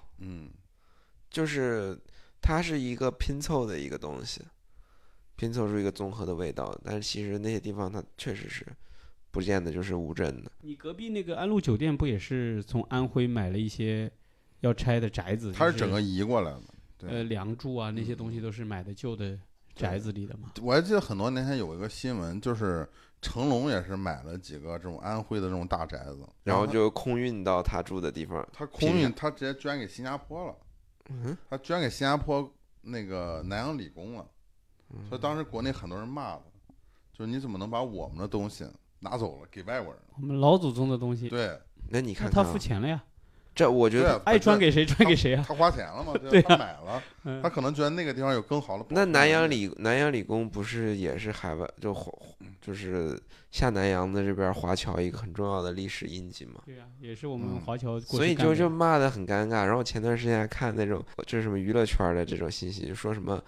就是它是一个拼凑的一个东西，拼凑出一个综合的味道。但是其实那些地方它确实是不见得就是乌镇的。 你隔壁那个安陆酒店不也是从安徽买了一些要拆的宅子？ 它是整个移过来的。 梁柱啊那些东西都是买的旧的宅子里的嘛。 我还记得很多年前有一个新闻，就是成龙也是买了几个这种安徽的这种大宅子， 然后就空运到他住的地方。 他空运，他直接捐给新加坡了。他捐给新加坡那个南洋理工了。所以当时国内很多人骂他，就是你怎么能把我们的东西拿走了给外国人？ 我们老祖宗的东西。 对， 那你看他付钱了呀。 这我觉得爱传给谁传给谁啊？ 他花钱了嘛？ 对， 他买了，他可能觉得那个地方有更好的。 那南洋理工不是也是海外就是下南洋的这边华侨一个很重要的历史印记嘛？ 对呀，也是我们华侨。 所以就骂得很尴尬。然后前段时间还看那种就是什么娱乐圈的这种信息，就说什么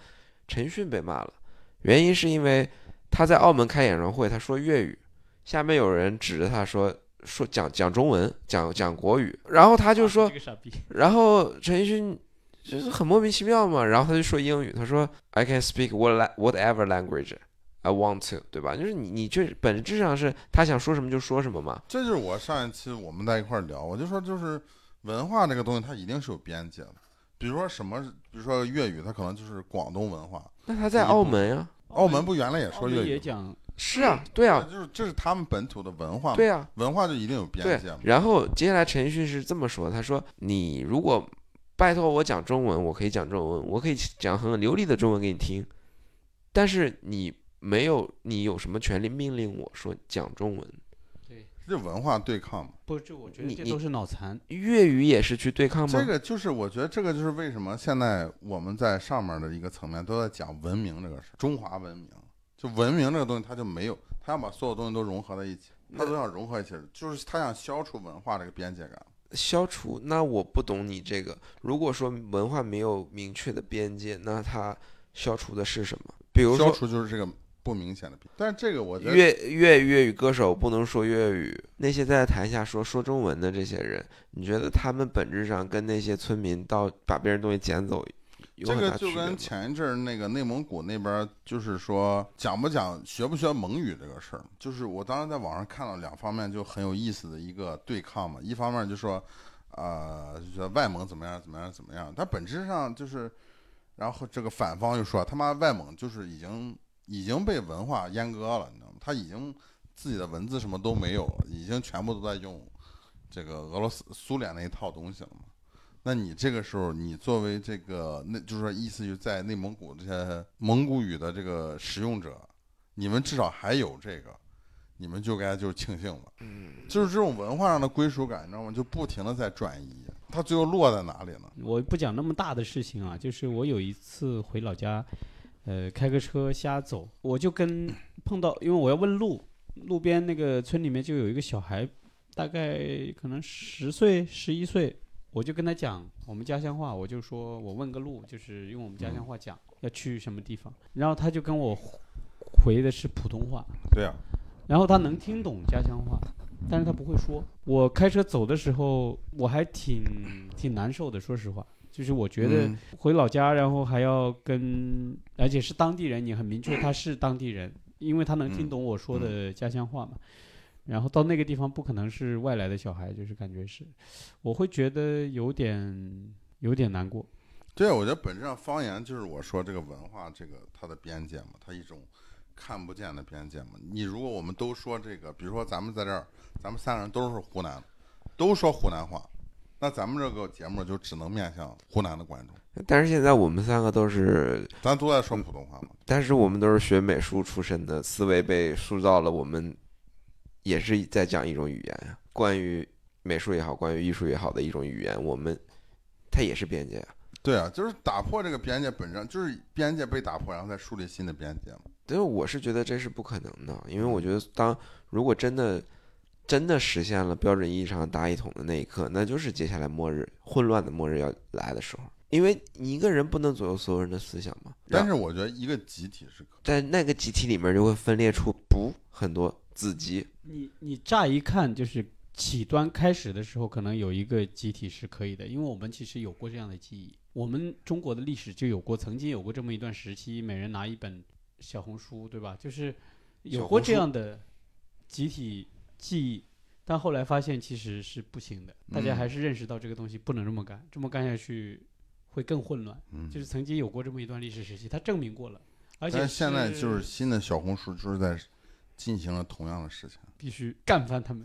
陈奕迅被骂了，原因是因为他在澳门开演唱会，他说粤语，下面有人指着他说讲中文，讲国语，然后他就说，然后陈奕迅就是很莫名其妙嘛，然后他就说英语，他说 I can speak whatever language I want to， 对吧？就是你这本质上是他想说什么就说什么嘛。 这就是我上一期我们在一块聊，我就说就是文化这个东西它一定是有边界的，比如说粤语，它可能就是广东文化。 那他在澳门呀， 澳门不原来也说粤语也讲。 是啊，对啊， 就是这是他们本土的文化， 对啊， 文化就一定有边界嘛。 然后接下来陈奕迅是这么说，他说你如果拜托我讲中文，我可以讲中文，我可以讲很流利的中文给你听，但是你有什么权利命令我说讲中文？ 对， 这文化对抗嘛。 不，这我觉得这都是脑残。 粤语也是去对抗吗？ 这个就是我觉得这个就是为什么现在我们在上面的一个层面都在讲文明这个事，中华文明。就文明这个东西，它就没有，他要把所有东西都融合在一起，他都想融合一起，就是他想消除文化这个边界感。 消除？那我不懂你这个。如果说文化没有明确的边界，那它消除的是什么？比如说， 消除就是这个不明显的边界。但是这个我觉得粤语歌手不能说粤语，那些在台下说中文的这些人，你觉得他们本质上跟那些村民把别人东西捡走？ 这个就跟前一阵那个内蒙古那边，就是说讲不讲学不学蒙语这个事儿，就是我当时在网上看到两方面就很有意思的一个对抗嘛。一方面就说，就说外蒙怎么样怎么样怎么样，但本质上就是，然后这个反方又说他妈外蒙就是已经被文化阉割了，你知道吗？他已经自己的文字什么都没有了，已经全部都在用这个俄罗斯苏联那一套东西了嘛。那你这个时候，你作为这个，那就是说，意思就在内蒙古这些蒙古语的这个使用者，你们至少还有这个，你们就该就是庆幸了。就是这种文化上的归属感，你知道吗？就不停的在转移，它最后落在哪里呢？ 我不讲那么大的事情啊，就是我有一次回老家，开个车瞎走，我就碰到，因为我要问路边那个村里面就有一个小孩，大概可能10岁11岁。我就跟他讲我们家乡话，我就说我问个路，就是用我们家乡话讲要去什么地方，然后他就跟我回的是普通话。 对啊， 然后他能听懂家乡话，但是他不会说。我开车走的时候，我还挺难受的，说实话。就是我觉得回老家，然后还要而且是当地人，你很明确他是当地人，因为他能听懂我说的家乡话嘛。然后到那个地方不可能是外来的小孩，就是感觉是，我会觉得有点难过。 对，我觉得本质上方言就是我说这个文化这个它的边界嘛，它一种看不见的边界嘛。你如果我们都说这个，比如说咱们在这儿，咱们3个人都是湖南，都说湖南话，那咱们这个节目就只能面向湖南的观众。 但是现在我们3个都是， 咱都在说普通话嘛。 但是我们都是学美术出身的，思维被塑造了，我们也是在讲一种语言呀，关于美术也好，关于艺术也好的一种语言，它也是边界啊。 对啊，就是打破这个边界，本质上就是边界被打破，然后再树立新的边界嘛。 对，我是觉得这是不可能的，因为我觉得如果真的实现了标准意义上的大一统的那一刻，那就是接下来混乱的末日要来的时候。因为你一个人不能左右所有人的思想嘛。 但是我觉得一个集体是可以， 在那个集体里面就会分裂出很多子集。 你乍一看就是起端开始的时候，可能有一个集体是可以的，因为我们其实有过这样的记忆，我们中国的历史就曾经有过这么一段时期，每人拿一本小红书，对吧？就是有过这样的集体记忆，但后来发现其实是不行的，大家还是认识到这个东西不能这么干，这么干下去会更混乱。就是曾经有过这么一段历史时期，它证明过了，而且现在就是新的小红书就是在进行了同样的事情， 必须干翻他们，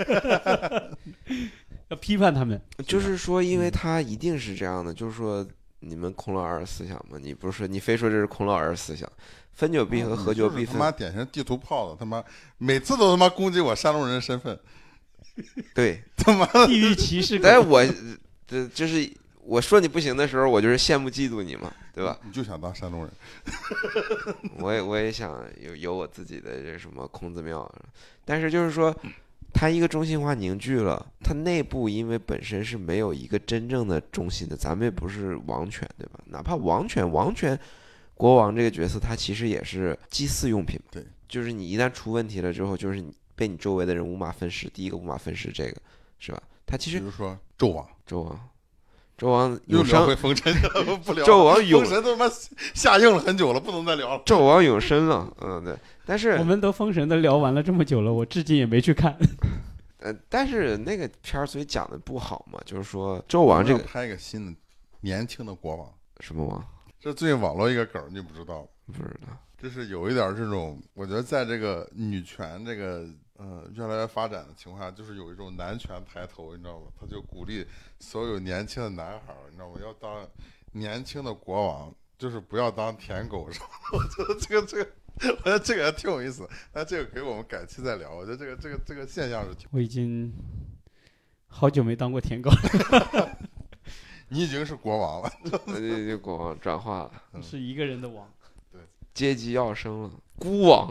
要批判他们。 就是说，因为他一定是这样的，就是说，你们孔老二思想嘛，你不是说你非说这是孔老二思想，分久必合，合久必分。 他妈典型地图炮的，他妈每次都他妈攻击我山东人身份， 对， 他妈地域歧视。 但是我就是我说你不行的时候，我就是羡慕嫉妒你嘛，对吧？ 你就想当山东人。 我也想有我自己的这什么孔子庙，但是就是说，它一个中心化凝聚了，它内部因为本身是没有一个真正的中心的，咱们也不是王权，对吧？哪怕王权国王这个角色他其实也是祭祀用品嘛。 对， 就是你一旦出问题了之后，就是你被你周围的人五马分尸，第一个五马分尸这个是吧？他其实比如说纣王永生， 回封神不聊纣王永封神都他妈下映了很久了，不能再聊了。 纣王永生了，对。但是我们都封神都聊完了这么久了，我至今也没去看。 但是那个片儿所以讲的不好嘛，就是说纣王这个拍一个新的年轻的国王， 什么王？ 这最近网络一个梗，你不知道？ 不知道。 就是有一点这种，我觉得在这个女权这个越来越发展的情况下，就是有一种男权抬头，你知道吗？他就鼓励所有年轻的男孩，你知道吗？要当年轻的国王，就是不要当舔狗什么的。我觉得这个。我觉得这个还挺有意思，但这个可以我们改期再聊。我觉得这个现象是挺…… 我已经好久没当过舔狗了。 你已经是国王了， 国王转化了， 是一个人的王。 对， 阶级要升了，孤王。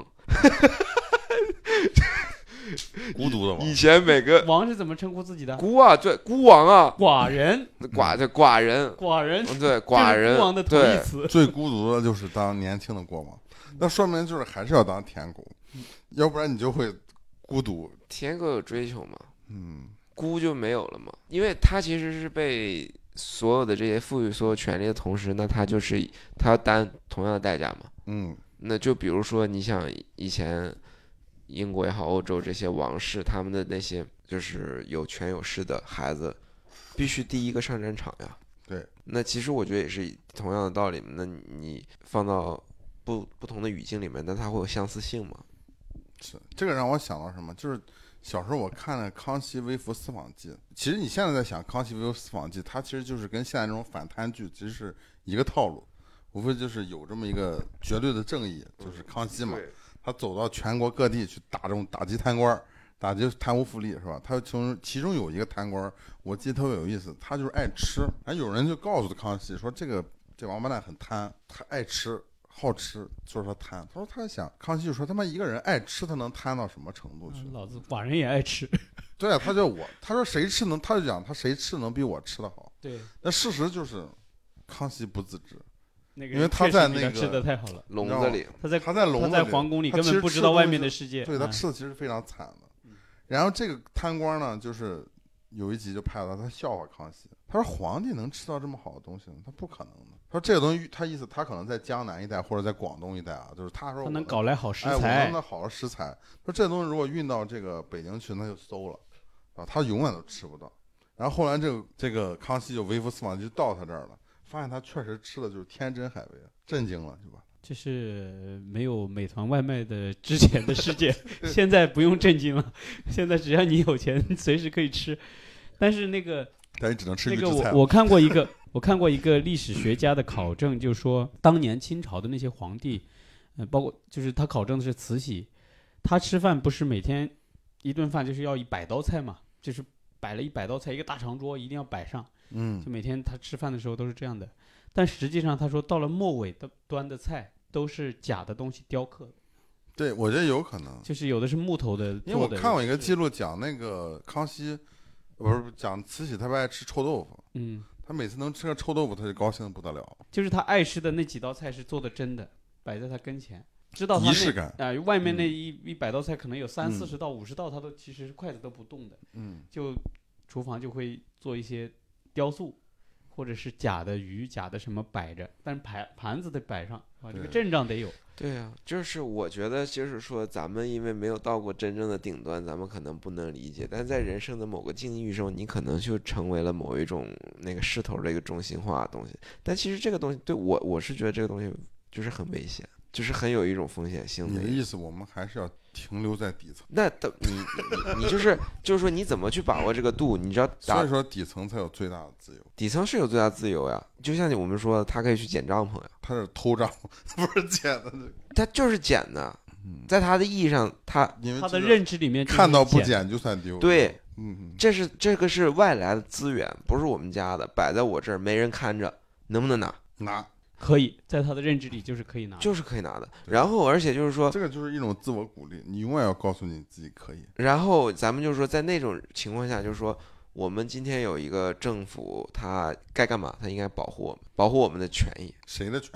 孤独的王。 以前每个王是怎么称呼自己的？ 孤啊，对，孤王啊， 寡人， 寡人，对，寡人， 孤王的同义词。 最孤独的就是当年轻的国王。那说明就是还是要当舔狗，要不然你就会孤独。 舔狗有追求吗？孤就没有了嘛，因为他其实是被所有的这些赋予所有权利的同时，那他要担同样的代价嘛。那就比如说你想以前英国也好，欧洲这些王室，他们的那些就是有权有势的孩子，必须第一个上战场呀。 对， 那其实我觉得也是同样的道理。那你放到不同的语境里面，但它会有相似性吗？ 是，这个让我想到什么？就是小时候我看了《康熙微服私访记》，其实你现在在想《康熙微服私访记》，它其实就是跟现在这种反贪剧其实是一个套路，无非就是有这么一个绝对的正义，就是康熙嘛，他走到全国各地去打击贪官，打击贪污腐吏，是吧？他其中有一个贪官，我记得特别有意思，他就是爱吃，有人就告诉康熙说这王八蛋很贪，他爱吃。好吃，就是他贪。他说他想，康熙就说他妈一个人爱吃，他能贪到什么程度去？ 老子寡人也爱吃。 对啊，他说谁吃能，他就讲他谁吃能比我吃的好。 对， 那事实就是康熙不自知， 因为他在那个吃的太好了， 笼子里， 他在笼子里， 他在皇宫里根本不知道外面的世界。 对，他吃的其实非常惨的。然后这个贪官呢，就是有一集就拍到他笑话康熙，他说皇帝能吃到这么好的东西呢？他不可能的。他说这个东西，他意思他可能在江南一带或者在广东一带啊，就是他说他能搞来好食材， 我能好食材。说这东西如果运到这个北京去，那就馊了啊，他永远都吃不到。然后后来这个康熙就微服私访就到他这儿了，发现他确实吃的就是天真海味，震惊了，是吧？ 这是没有美团外卖的之前的世界，现在不用震惊了，现在只要你有钱，随时可以吃。但是但你只能吃预制菜。 我看过一个历史学家的考证，就说当年清朝的那些皇帝，包括就是他考证的是慈禧，他吃饭不是每天一顿饭就是要100道菜嘛，就是摆了100道菜，一个大长桌一定要摆上，就每天他吃饭的时候都是这样的。但实际上他说到了末尾的端的菜都是假的东西雕刻的。 对，我觉得有可能， 就是有的是木头的做的。 因为我看过一个记录讲那个康熙，不是讲慈禧，他不爱吃臭豆腐，他每次能吃个臭豆腐，他就高兴的不得了。 就是他爱吃的那几道菜是做的真的，摆在他跟前，知道他仪式感外面那100道菜可能有30-40道、50道，他都其实筷子都不动的，就厨房就会做一些雕塑，或者是假的鱼、假的什么摆着，但是盘子得摆上啊，这个阵仗得有。 对啊，就是我觉得就是说咱们因为没有到过真正的顶端，咱们可能不能理解，但在人生的某个境遇中，你可能就成为了某一种那个势头的一个中心化的东西。但其实这个东西对我是觉得这个东西就是很危险，就是很有一种风险性的。 你的意思我们还是要停留在底层？ 那你就是说你怎么去把握这个度？你知道， 所以说底层才有最大的自由。 底层是有最大自由呀，就像我们说，他可以去捡帐篷呀。 他是偷帐篷，不是捡的。 他就是捡的，在他的意义上，他的认知里面看到不捡就算丢。 对，这个是外来的资源，不是我们家的，摆在我这儿没人看着，能不能拿？ 拿。 可以，在他的认知里就是可以拿， 就是可以拿的。然后，而且就是说， 这个就是一种自我鼓励，你永远要告诉你自己可以。 然后咱们就是说，在那种情况下，就是说，我们今天有一个政府，他该干嘛？他应该保护我们的权益。 谁的权益？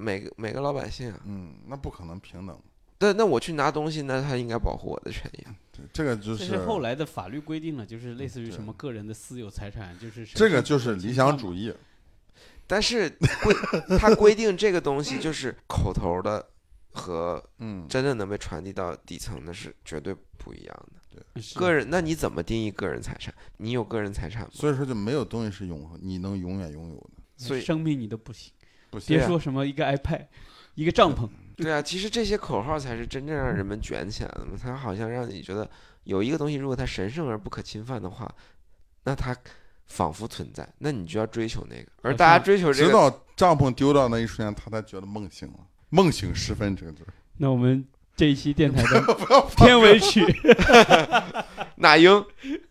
每个老百姓啊， 那不可能平等。 那我去拿东西，那他应该保护我的权益啊。 这个就这是后来的法律规定了，就是类似于什么个人的私有财产，就是这个就是理想主义。 但是他规定这个东西就是口头的和真正能被传递到底层的是绝对不一样的。 对， 个人，那你怎么定义个人财产？你有个人财产吗？ 所以说就没有东西是永恒，你能永远拥有的。 所以生命你都不行， 不行。 别说什么一个 iPad，一个帐篷。 对啊，其实这些口号才是真正让人们卷起来的嘛。它好像让你觉得有一个东西，如果它神圣而不可侵犯的话，那它仿佛存在，那你就要追求那个。而大家追求这个， 直到帐篷丢到那一瞬间，他才觉得梦醒了。梦醒时分这个字。 那我们这一期电台的片尾曲， 那英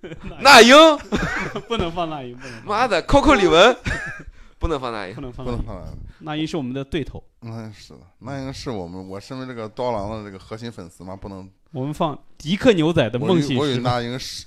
不能放那英，不能。 妈的，Coco 李玟不能放那英， 不能放那英。 那英是我们的对头。 是的，那英是我身为这个刀郎的这个核心粉丝嘛，不能。 我们放迪克牛仔的梦醒时分。 我与那英是。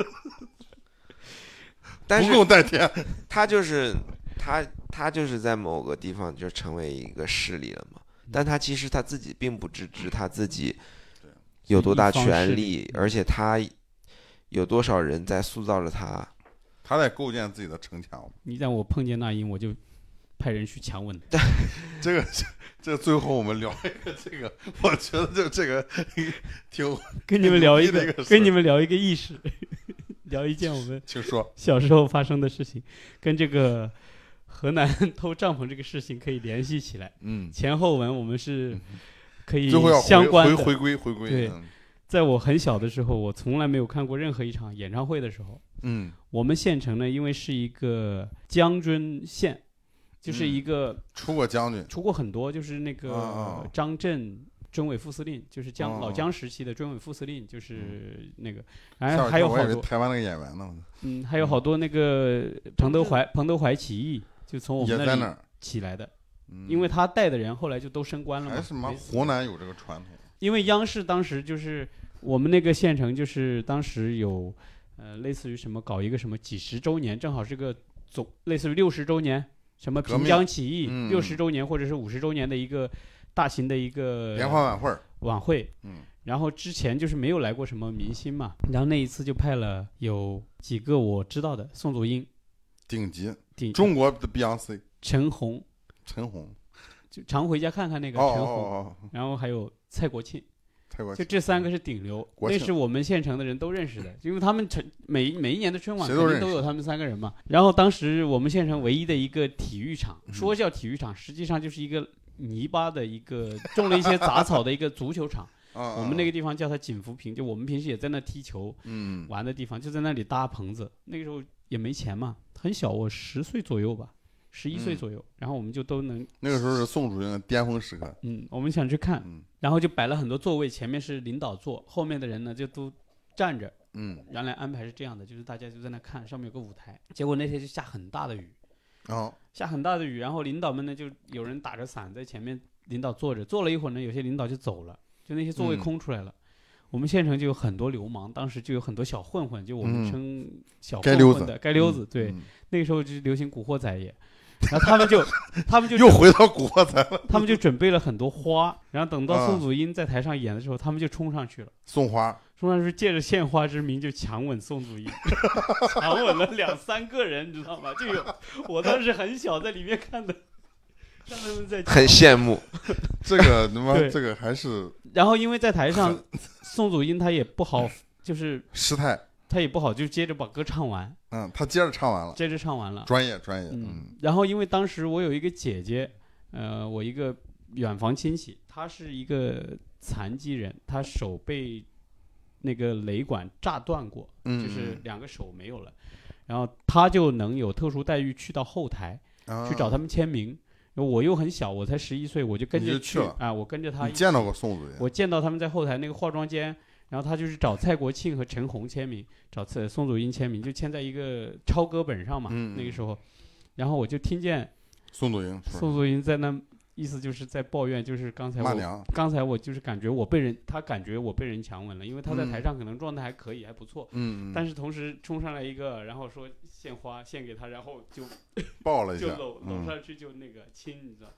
但是不共戴天， 他就是在某个地方就成为一个势力了嘛。但他其实他自己并不自知他自己有多大权力，而且他有多少人在塑造着他。 他在构建自己的城墙。 一旦我碰见那英，我就派人去强吻。 这个最后我们聊一个这个，我觉得就这个挺跟你们聊一个轶事。聊一件我们小时候发生的事情，跟这个河南偷帐篷这个事情可以联系起来。前后文我们是可以相关的。 回归。 对，在我很小的时候，我从来没有看过任何一场演唱会的时候，我们县城呢，因为是一个将军县，就是一个出过将军， 出过很多，就是那个张震。军委副司令就是老姜时期的军委副司令，就是那个，然后还有好多台湾那个演员呢。 还有好多那个彭德怀起义，就从我们那里起来的。因为他带的人后来就都升官了嘛。 还是什么湖南有这个传统？ 因为央视当时就是我们那个县城，就是当时有类似于什么搞一个什么几十周年，正好是个类似于60周年，什么平江起义60周年或者是50周年的一个。大型的一个联欢晚会，然后之前就是没有来过什么明星嘛，然后那一次就派了有几个我知道的，宋祖英， 顶级中国的 Beyonce， 陈红，就常回家看看那个陈红，然后还有蔡国庆，就这3个是顶流，那是我们县城的人都认识的，因为他们每一年的春晚肯定都有他们3个人嘛。然后当时我们县城唯一的一个体育场，说叫体育场，实际上就是一个。泥巴的一个种了一些杂草的一个足球场，我们那个地方叫它锦福坪，就我们平时也在那踢球，玩的地方，就在那里搭棚子。那个时候也没钱嘛，很小，我10岁左右吧，11岁左右，然后我们就都能。 那个时候是宋主任的巅峰时刻。 我们想去看，然后就摆了很多座位，前面是领导坐，后面的人呢就都站着。原来安排是这样的，就是大家就在那看，上面有个舞台。结果那天就下很大的雨。下很大的雨，然后领导们呢就有人打着伞在前面，领导坐了一会儿呢，有些领导就走了，就那些座位空出来了。我们县城就有很多流氓，当时就有很多小混混，就我们称小混混的街溜子，对，那个时候就流行古惑仔也，然后他们就又回到古惑仔了， 他们就准备了很多花，然后等到宋祖英在台上演的时候，他们就冲上去了送花。 冲上去借着献花之名就强吻宋祖英，强吻了2-3个人，你知道吗？就有我当时很小，在里面看的，他们在很羡慕。 这个他妈这个还是。 然后因为在台上，宋祖英他也不好，就是失态， 他也不好，就接着把歌唱完。 他接着唱完了，专业。 然后因为当时我有一个姐姐，我一个远房亲戚，他是一个残疾人，他手被。那个雷管炸断过，就是2个手没有了，然后他就能有特殊待遇去到后台去找他们签名。我又很小，我才11岁，我就跟着去啊，我跟着他。 你见到过宋祖英？ 我见到他们在后台那个化妆间，然后他就是找蔡国庆和陈红签名，找宋祖英签名，就签在一个抄歌本上嘛。那个时候，然后我就听见宋祖英在那。意思就是在抱怨，就是刚才我就是感觉他感觉我被人强吻了，因为他在台上可能状态还可以，还不错，但是同时冲上来一个，然后说献花献给他，然后就抱了一下， 就搂上去就那个亲，你知道，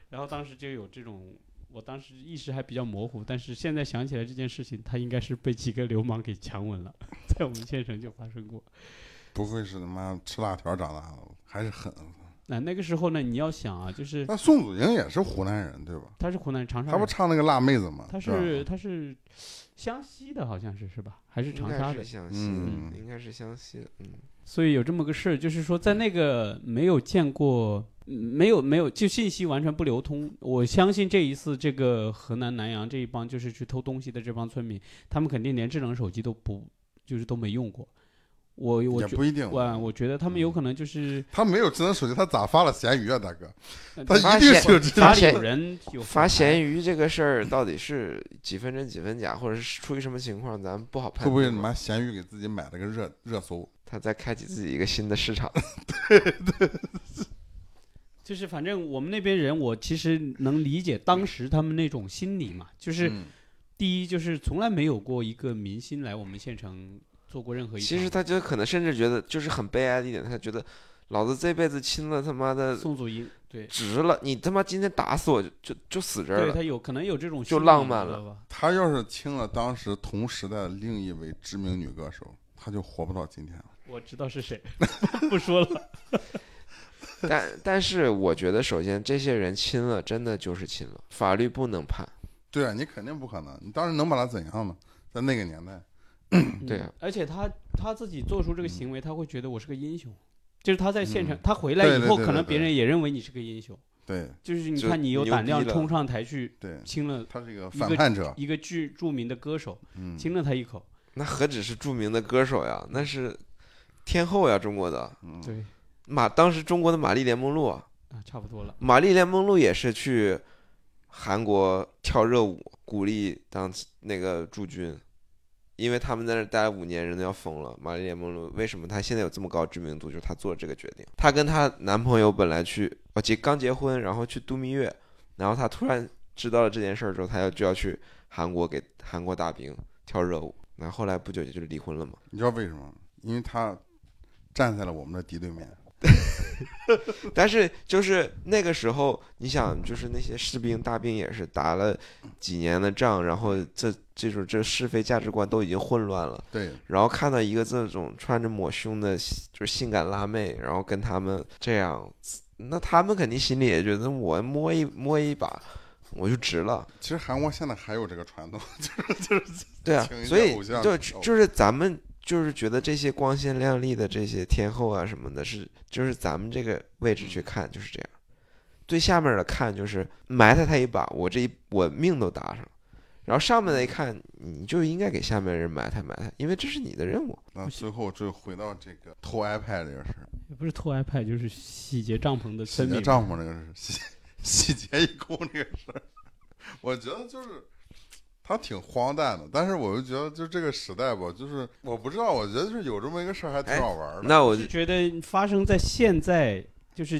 然后当时就有这种，我当时意识还比较模糊，但是现在想起来这件事情，他应该是被几个流氓给强吻了，在我们县城就发生过。 不愧是他妈吃辣条长大的，还是狠。 那个时候呢，你要想啊，就是那宋祖英也是湖南人对吧？ 他是湖南长沙人， 他不唱那个辣妹子吗？ 他是湘西的，好像是吧？还是长沙的？ 应该是湘西的。 所以有这么个事儿，就是说在那个没有见过，没有，就信息完全不流通。我相信这一次这个河南南阳这一帮就是去偷东西的这帮村民，他们肯定连智能手机都没用过。我也不一定， 我觉得他们有可能就是他没有智能手机，他咋发了闲鱼啊，大哥？他一定是有智能手机。 发闲鱼这个事儿到底是几分真几分假，或者是出于什么情况，咱不好判断。 会不会你妈闲鱼给自己买了个热搜？ 他在开启自己一个新的市场。 对， 就是反正我们那边人，我其实能理解当时他们那种心理嘛，就是第一就是从来没有过一个明星来我们县城做过任何一场。 其实他就可能甚至觉得就是很悲哀的一点，他觉得老子这辈子亲了他妈的宋祖英，对， 值了，你他妈今天打死我就死这儿了。 对，他可能有这种就浪漫了。 他要是亲了当时同时代的另一位知名女歌手，他就活不到今天了。 我知道是谁，不说了。 但是我觉得，首先这些人亲了，真的就是亲了，法律不能判。 对啊，你肯定不可能，你当时能把他怎样呢？在那个年代， 对啊。 而且他自己做出这个行为，他会觉得我是个英雄，就是他在县城，他回来以后，可能别人也认为你是个英雄。 对， 就是你看你有胆量冲上台去亲了， 他是一个反叛者， 一个著名的歌手，亲了他一口。 那何止是著名的歌手呀，那是天后呀，中国的。 对。 当时中国的玛丽莲梦露啊， 差不多了。 玛丽莲梦露也是去韩国跳热舞，鼓励当那个驻军，因为他们在那待了5年，人都要疯了。玛丽莲梦露为什么她现在有这么高知名度？就是她做了这个决定。她跟她男朋友本来刚结婚，然后去度蜜月，然后她突然知道了这件事之后，她就要去韩国给韩国大兵跳热舞，然后后来不久就离婚了嘛。 你知道为什么？因为她站在了我们的敌对面。 但是就是那个时候，你想，就是那些士兵大兵也是打了几年的仗，然后这是非价值观都已经混乱了。 对。 然后看到一个这种穿着抹胸的，就是性感辣妹，然后跟他们这样，那他们肯定心里也觉得我摸一把，我就值了。 其实韩国现在还有这个传统，就是对啊，所以就是咱们。就是觉得这些光鲜亮丽的这些天后啊什么的，就是咱们这个位置去看就是这样，对下面的看就是埋汰他一把，我命都搭上，然后上面的一看，你就应该给下面人埋汰，因为这是你的任务。 那最后就回到这个偷 iPad 这个事儿， 也不是偷 iPad，就是洗劫帐篷的村民。 洗劫帐篷这个事，洗劫一空这个事儿，我觉得就是。他挺荒诞的，但是我就觉得，就这个时代吧，就是我不知道，我觉得就是有这么一个事儿还挺好玩的。 那我就觉得发生在现在，就是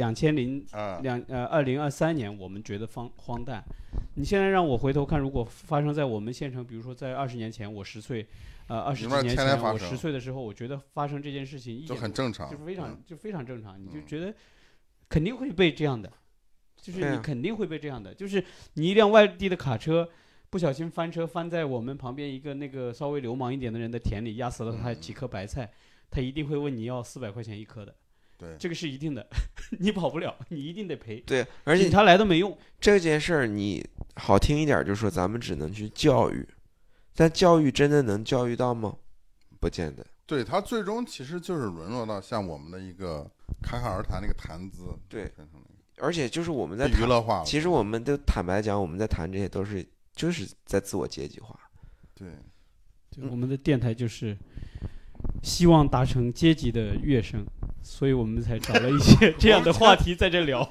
2023年，我们觉得荒诞。你现在让我回头看，如果发生在我们县城，比如说在20年前，我10岁，20几年前我10岁的时候，我觉得发生这件事情就很正常， 就非常正常，你就觉得肯定会被这样的，就是你肯定会被这样的，就是你一辆外地的卡车。不小心翻车，翻在我们旁边一个那个稍微流氓一点的人的田里，压死了他几颗白菜，他一定会问你要400块钱1颗的。 对， 这个是一定的，你跑不了，你一定得赔。 对，而且警察来都没用。 这件事儿你好听一点，就是说咱们只能去教育，但教育真的能教育到吗？不见得。 对，他最终其实就是沦落到像我们的一个侃侃而谈那个谈资。 对，而且就是我们在娱乐化。 其实我们都坦白讲，我们在谈这些都是。就是在自我阶级化。 对， 我们的电台就是希望达成阶级的跃升，所以我们才找了一些这样的话题在这聊。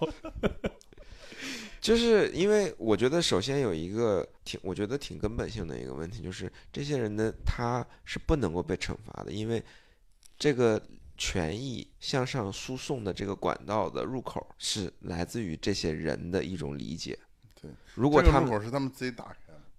就是因为我觉得首先有一个我觉得挺根本性的一个问题，就是这些人呢，他是不能够被惩罚的，因为这个权益向上输送的这个管道的入口是来自于这些人的一种理解。 对， 如果他们这个入口是他们自己打开的。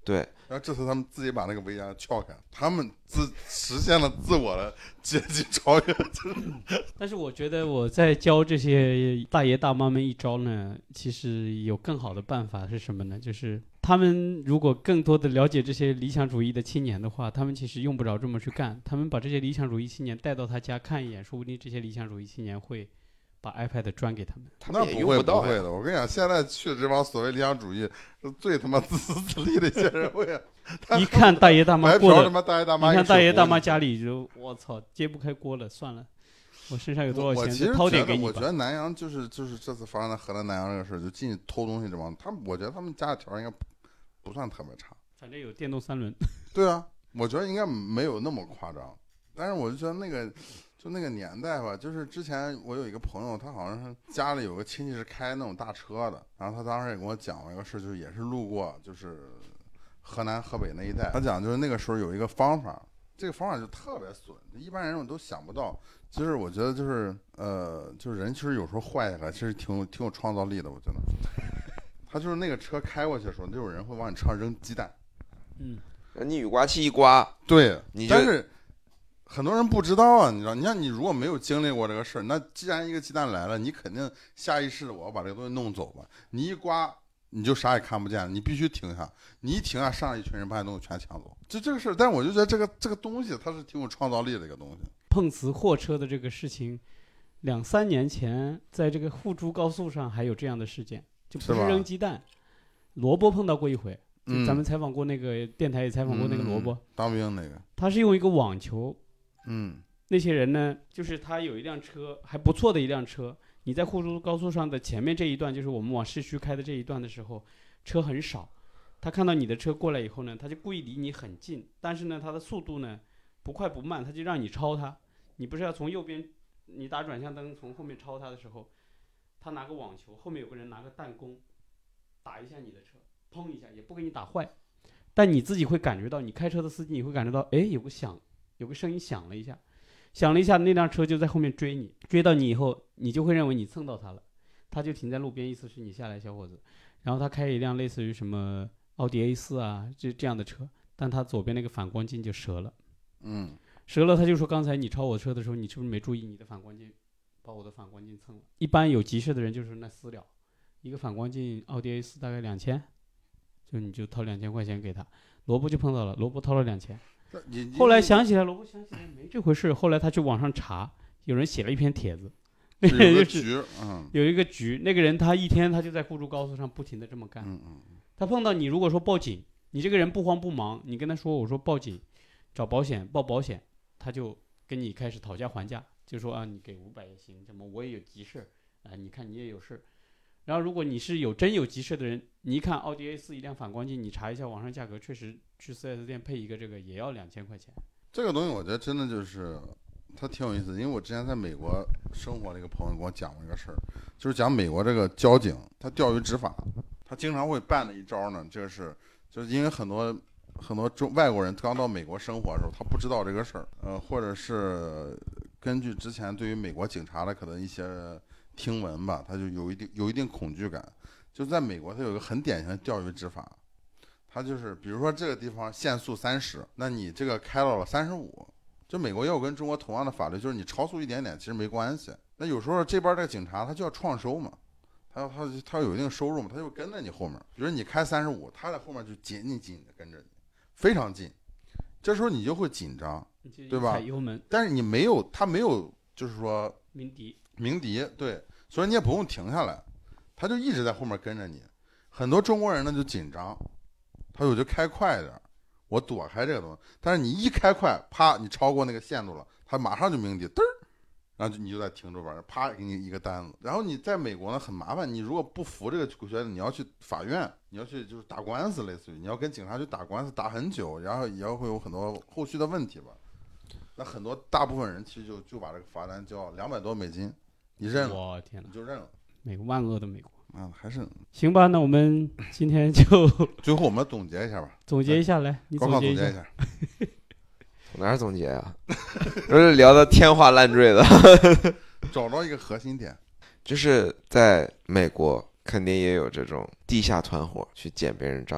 对， 然后这次他们自己把那个围墙撬开，他们实现了自我的阶级超越。 但是我觉得我在教这些大爷大妈们一招呢，其实有更好的办法是什么呢？就是他们如果更多的了解这些理想主义的青年的话，他们其实用不着这么去干。他们把这些理想主义青年带到他家看一眼，说不定这些理想主义青年会把 iPad 专给他们。 他们也不会用到的，我跟你讲，现在去的这帮所谓理想主义是最他妈自私自利的一些人。 一看大爷大妈过的， 你看大爷大妈家里就我操揭不开锅了，算了，我身上有多少钱，掏点给你吧。 我觉得南阳就是这次发生在河南南阳这个事，就进去偷东西这帮，我觉得他们家的条件应该不算特别差， 反正有电动3轮。 对啊，我觉得应该没有那么夸张，但是我就觉得那个年代吧，就是之前我有一个朋友，他好像是家里有个亲戚是开那种大车的，然后他当时也跟我讲了一个事，就是也是路过就是河南河北那一带，他讲就是那个时候有一个方法，这个方法就特别损，一般人我都想不到。其实我觉得就是人其实有时候坏下来其实挺有创造力的，我觉得。他就是那个车开过去的时候，就有人会往你车上扔鸡蛋， 你雨刮器一刮， 对，但是很多人不知道啊，你知道，你像你如果没有经历过这个事儿，那既然一个鸡蛋来了，你肯定下意识的我要把这个东西弄走吧，你一刮你就啥也看不见了，你必须停下，你一停下，上来一群人把你东西全抢走，就这个事儿。但我就觉得这个东西它是挺有创造力的一个东西。 碰瓷货车的这个事情，2-3年前在这个沪珠高速上还有这样的事件，就不是扔鸡蛋，萝卜碰到过一回。咱们采访过那个电台也采访过那个萝卜， 当兵那个， 他是用一个网球，那些人呢，就是他有一辆车还不错的一辆车，你在沪珠高速上的前面这一段，就是我们往市区开的这一段的时候，车很少，他看到你的车过来以后呢，他就故意离你很近，但是呢，他的速度呢不快不慢，他就让你超他，你不是要从右边，你打转向灯从后面超他的时候，他拿个网球，后面有个人拿个弹弓，打一下你的车。砰一下也不给你打坏，但你自己会感觉到，你开车的司机你会感觉到，哎，有个声音响了一下，那辆车就在后面追你，追到你以后，你就会认为你蹭到他了，他就停在路边，意思是你下来，小伙子。然后他开一辆类似于什么奥迪 A4啊这样的车，但他左边那个反光镜就折了，折了，他就说刚才你超我车的时候，你是不是没注意你的反光镜把我的反光镜蹭了？一般有急事的人就是那私了，一个反光镜奥迪 A4大概2000。就你就掏2000块钱给他，萝卜就碰到了，萝卜掏了2000。后来想起来，萝卜想起来没这回事。后来他去网上查，有人写了一篇帖子，那个人就是有一个局，那个人他一天他就在沪珠高速上不停的这么干。他碰到你，如果说报警，你这个人不慌不忙，你跟他说我说报警，找保险报保险，他就跟你开始讨价还价，就说啊你给500也行，怎么我也有急事啊，你看你也有事。然后如果你是真有急事的人，你一看奥迪 A4 一辆反光镜，你查一下网上价格，确实去 4S 店配一个这个也要2000块钱。 这个东西我觉得真的就是它挺有意思的，因为我之前在美国生活的一个朋友跟我讲过一个事儿，就是讲美国这个交警他钓鱼执法，他经常会办的一招呢，就是因为很多外国人刚到美国生活的时候，他不知道这个事儿，或者是根据之前对于美国警察的可能一些听闻吧，他就有一定恐惧感。就在美国，他有一个很典型的钓鱼执法，他就是比如说这个地方限速30，那你这个开到了35，就美国也有跟中国同样的法律，就是你超速一点点其实没关系。那有时候这边这个警察他就要创收嘛，他有一定收入嘛，他就跟在你后面，比如你开35，他在后面就紧的跟着你，非常近，这时候你就会紧张，对吧？但是他没有就是说鸣笛，对，所以你也不用停下来，他就一直在后面跟着你。很多中国人呢就紧张，我就开快一点，我躲开这个东西。但是你一开快，啪，你超过那个限度了，他马上就鸣笛，嘚儿，然后你就在停住吧，啪，给你一个单子。然后你在美国呢很麻烦，你如果不服这个规则，你要去法院，你要去就是打官司，类似于你要跟警察去打官司，打很久，然后也会有很多后续的问题吧。那很多大部分人其实就把这个罚单交$200多，你认了，我天哪，你就认了。 美国万恶的美国啊，还是行吧？那我们今天就最后我们总结一下吧。 总结一下来，你总结一下。 从哪儿总结啊？不是聊得天花乱坠的。 找到一个核心点， 就是在美国肯定也有这种地下团伙去捡别人帐篷。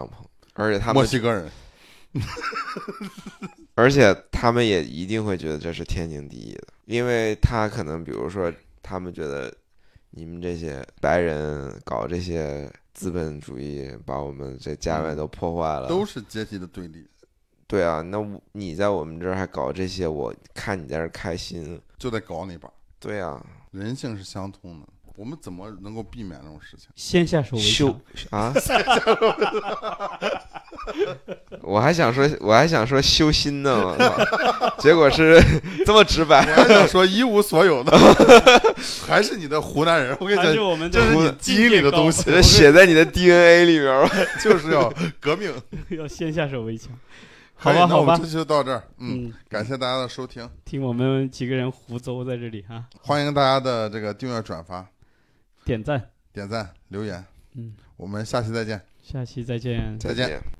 而且他们墨西哥人， 而且他们也一定会觉得这是天经地义的，因为他可能比如说他们觉得你们这些白人搞这些资本主义，把我们这家园都破坏了， 都是阶级的对立。 对啊，那你在我们这儿还搞这些，我看你在这儿开心， 就得搞你把。 对啊， 人性是相通的，我们怎么能够避免这种事情？ 先下手为强啊！我还想说修心呢，结果是这么直白。 我还想说一无所有的，还是你的湖南人。我跟你讲，这是你基因里的东西， 这写在你的 DNA 里面吧， 就是要革命， 要先下手为强。 好吧， 好吧， 这期就到这儿。感谢大家的收听， 听我们几个人胡诌在这里哈。 欢迎大家的这个订阅、转发、 点赞、 留言。我们下期再见。 下期再见。 再见。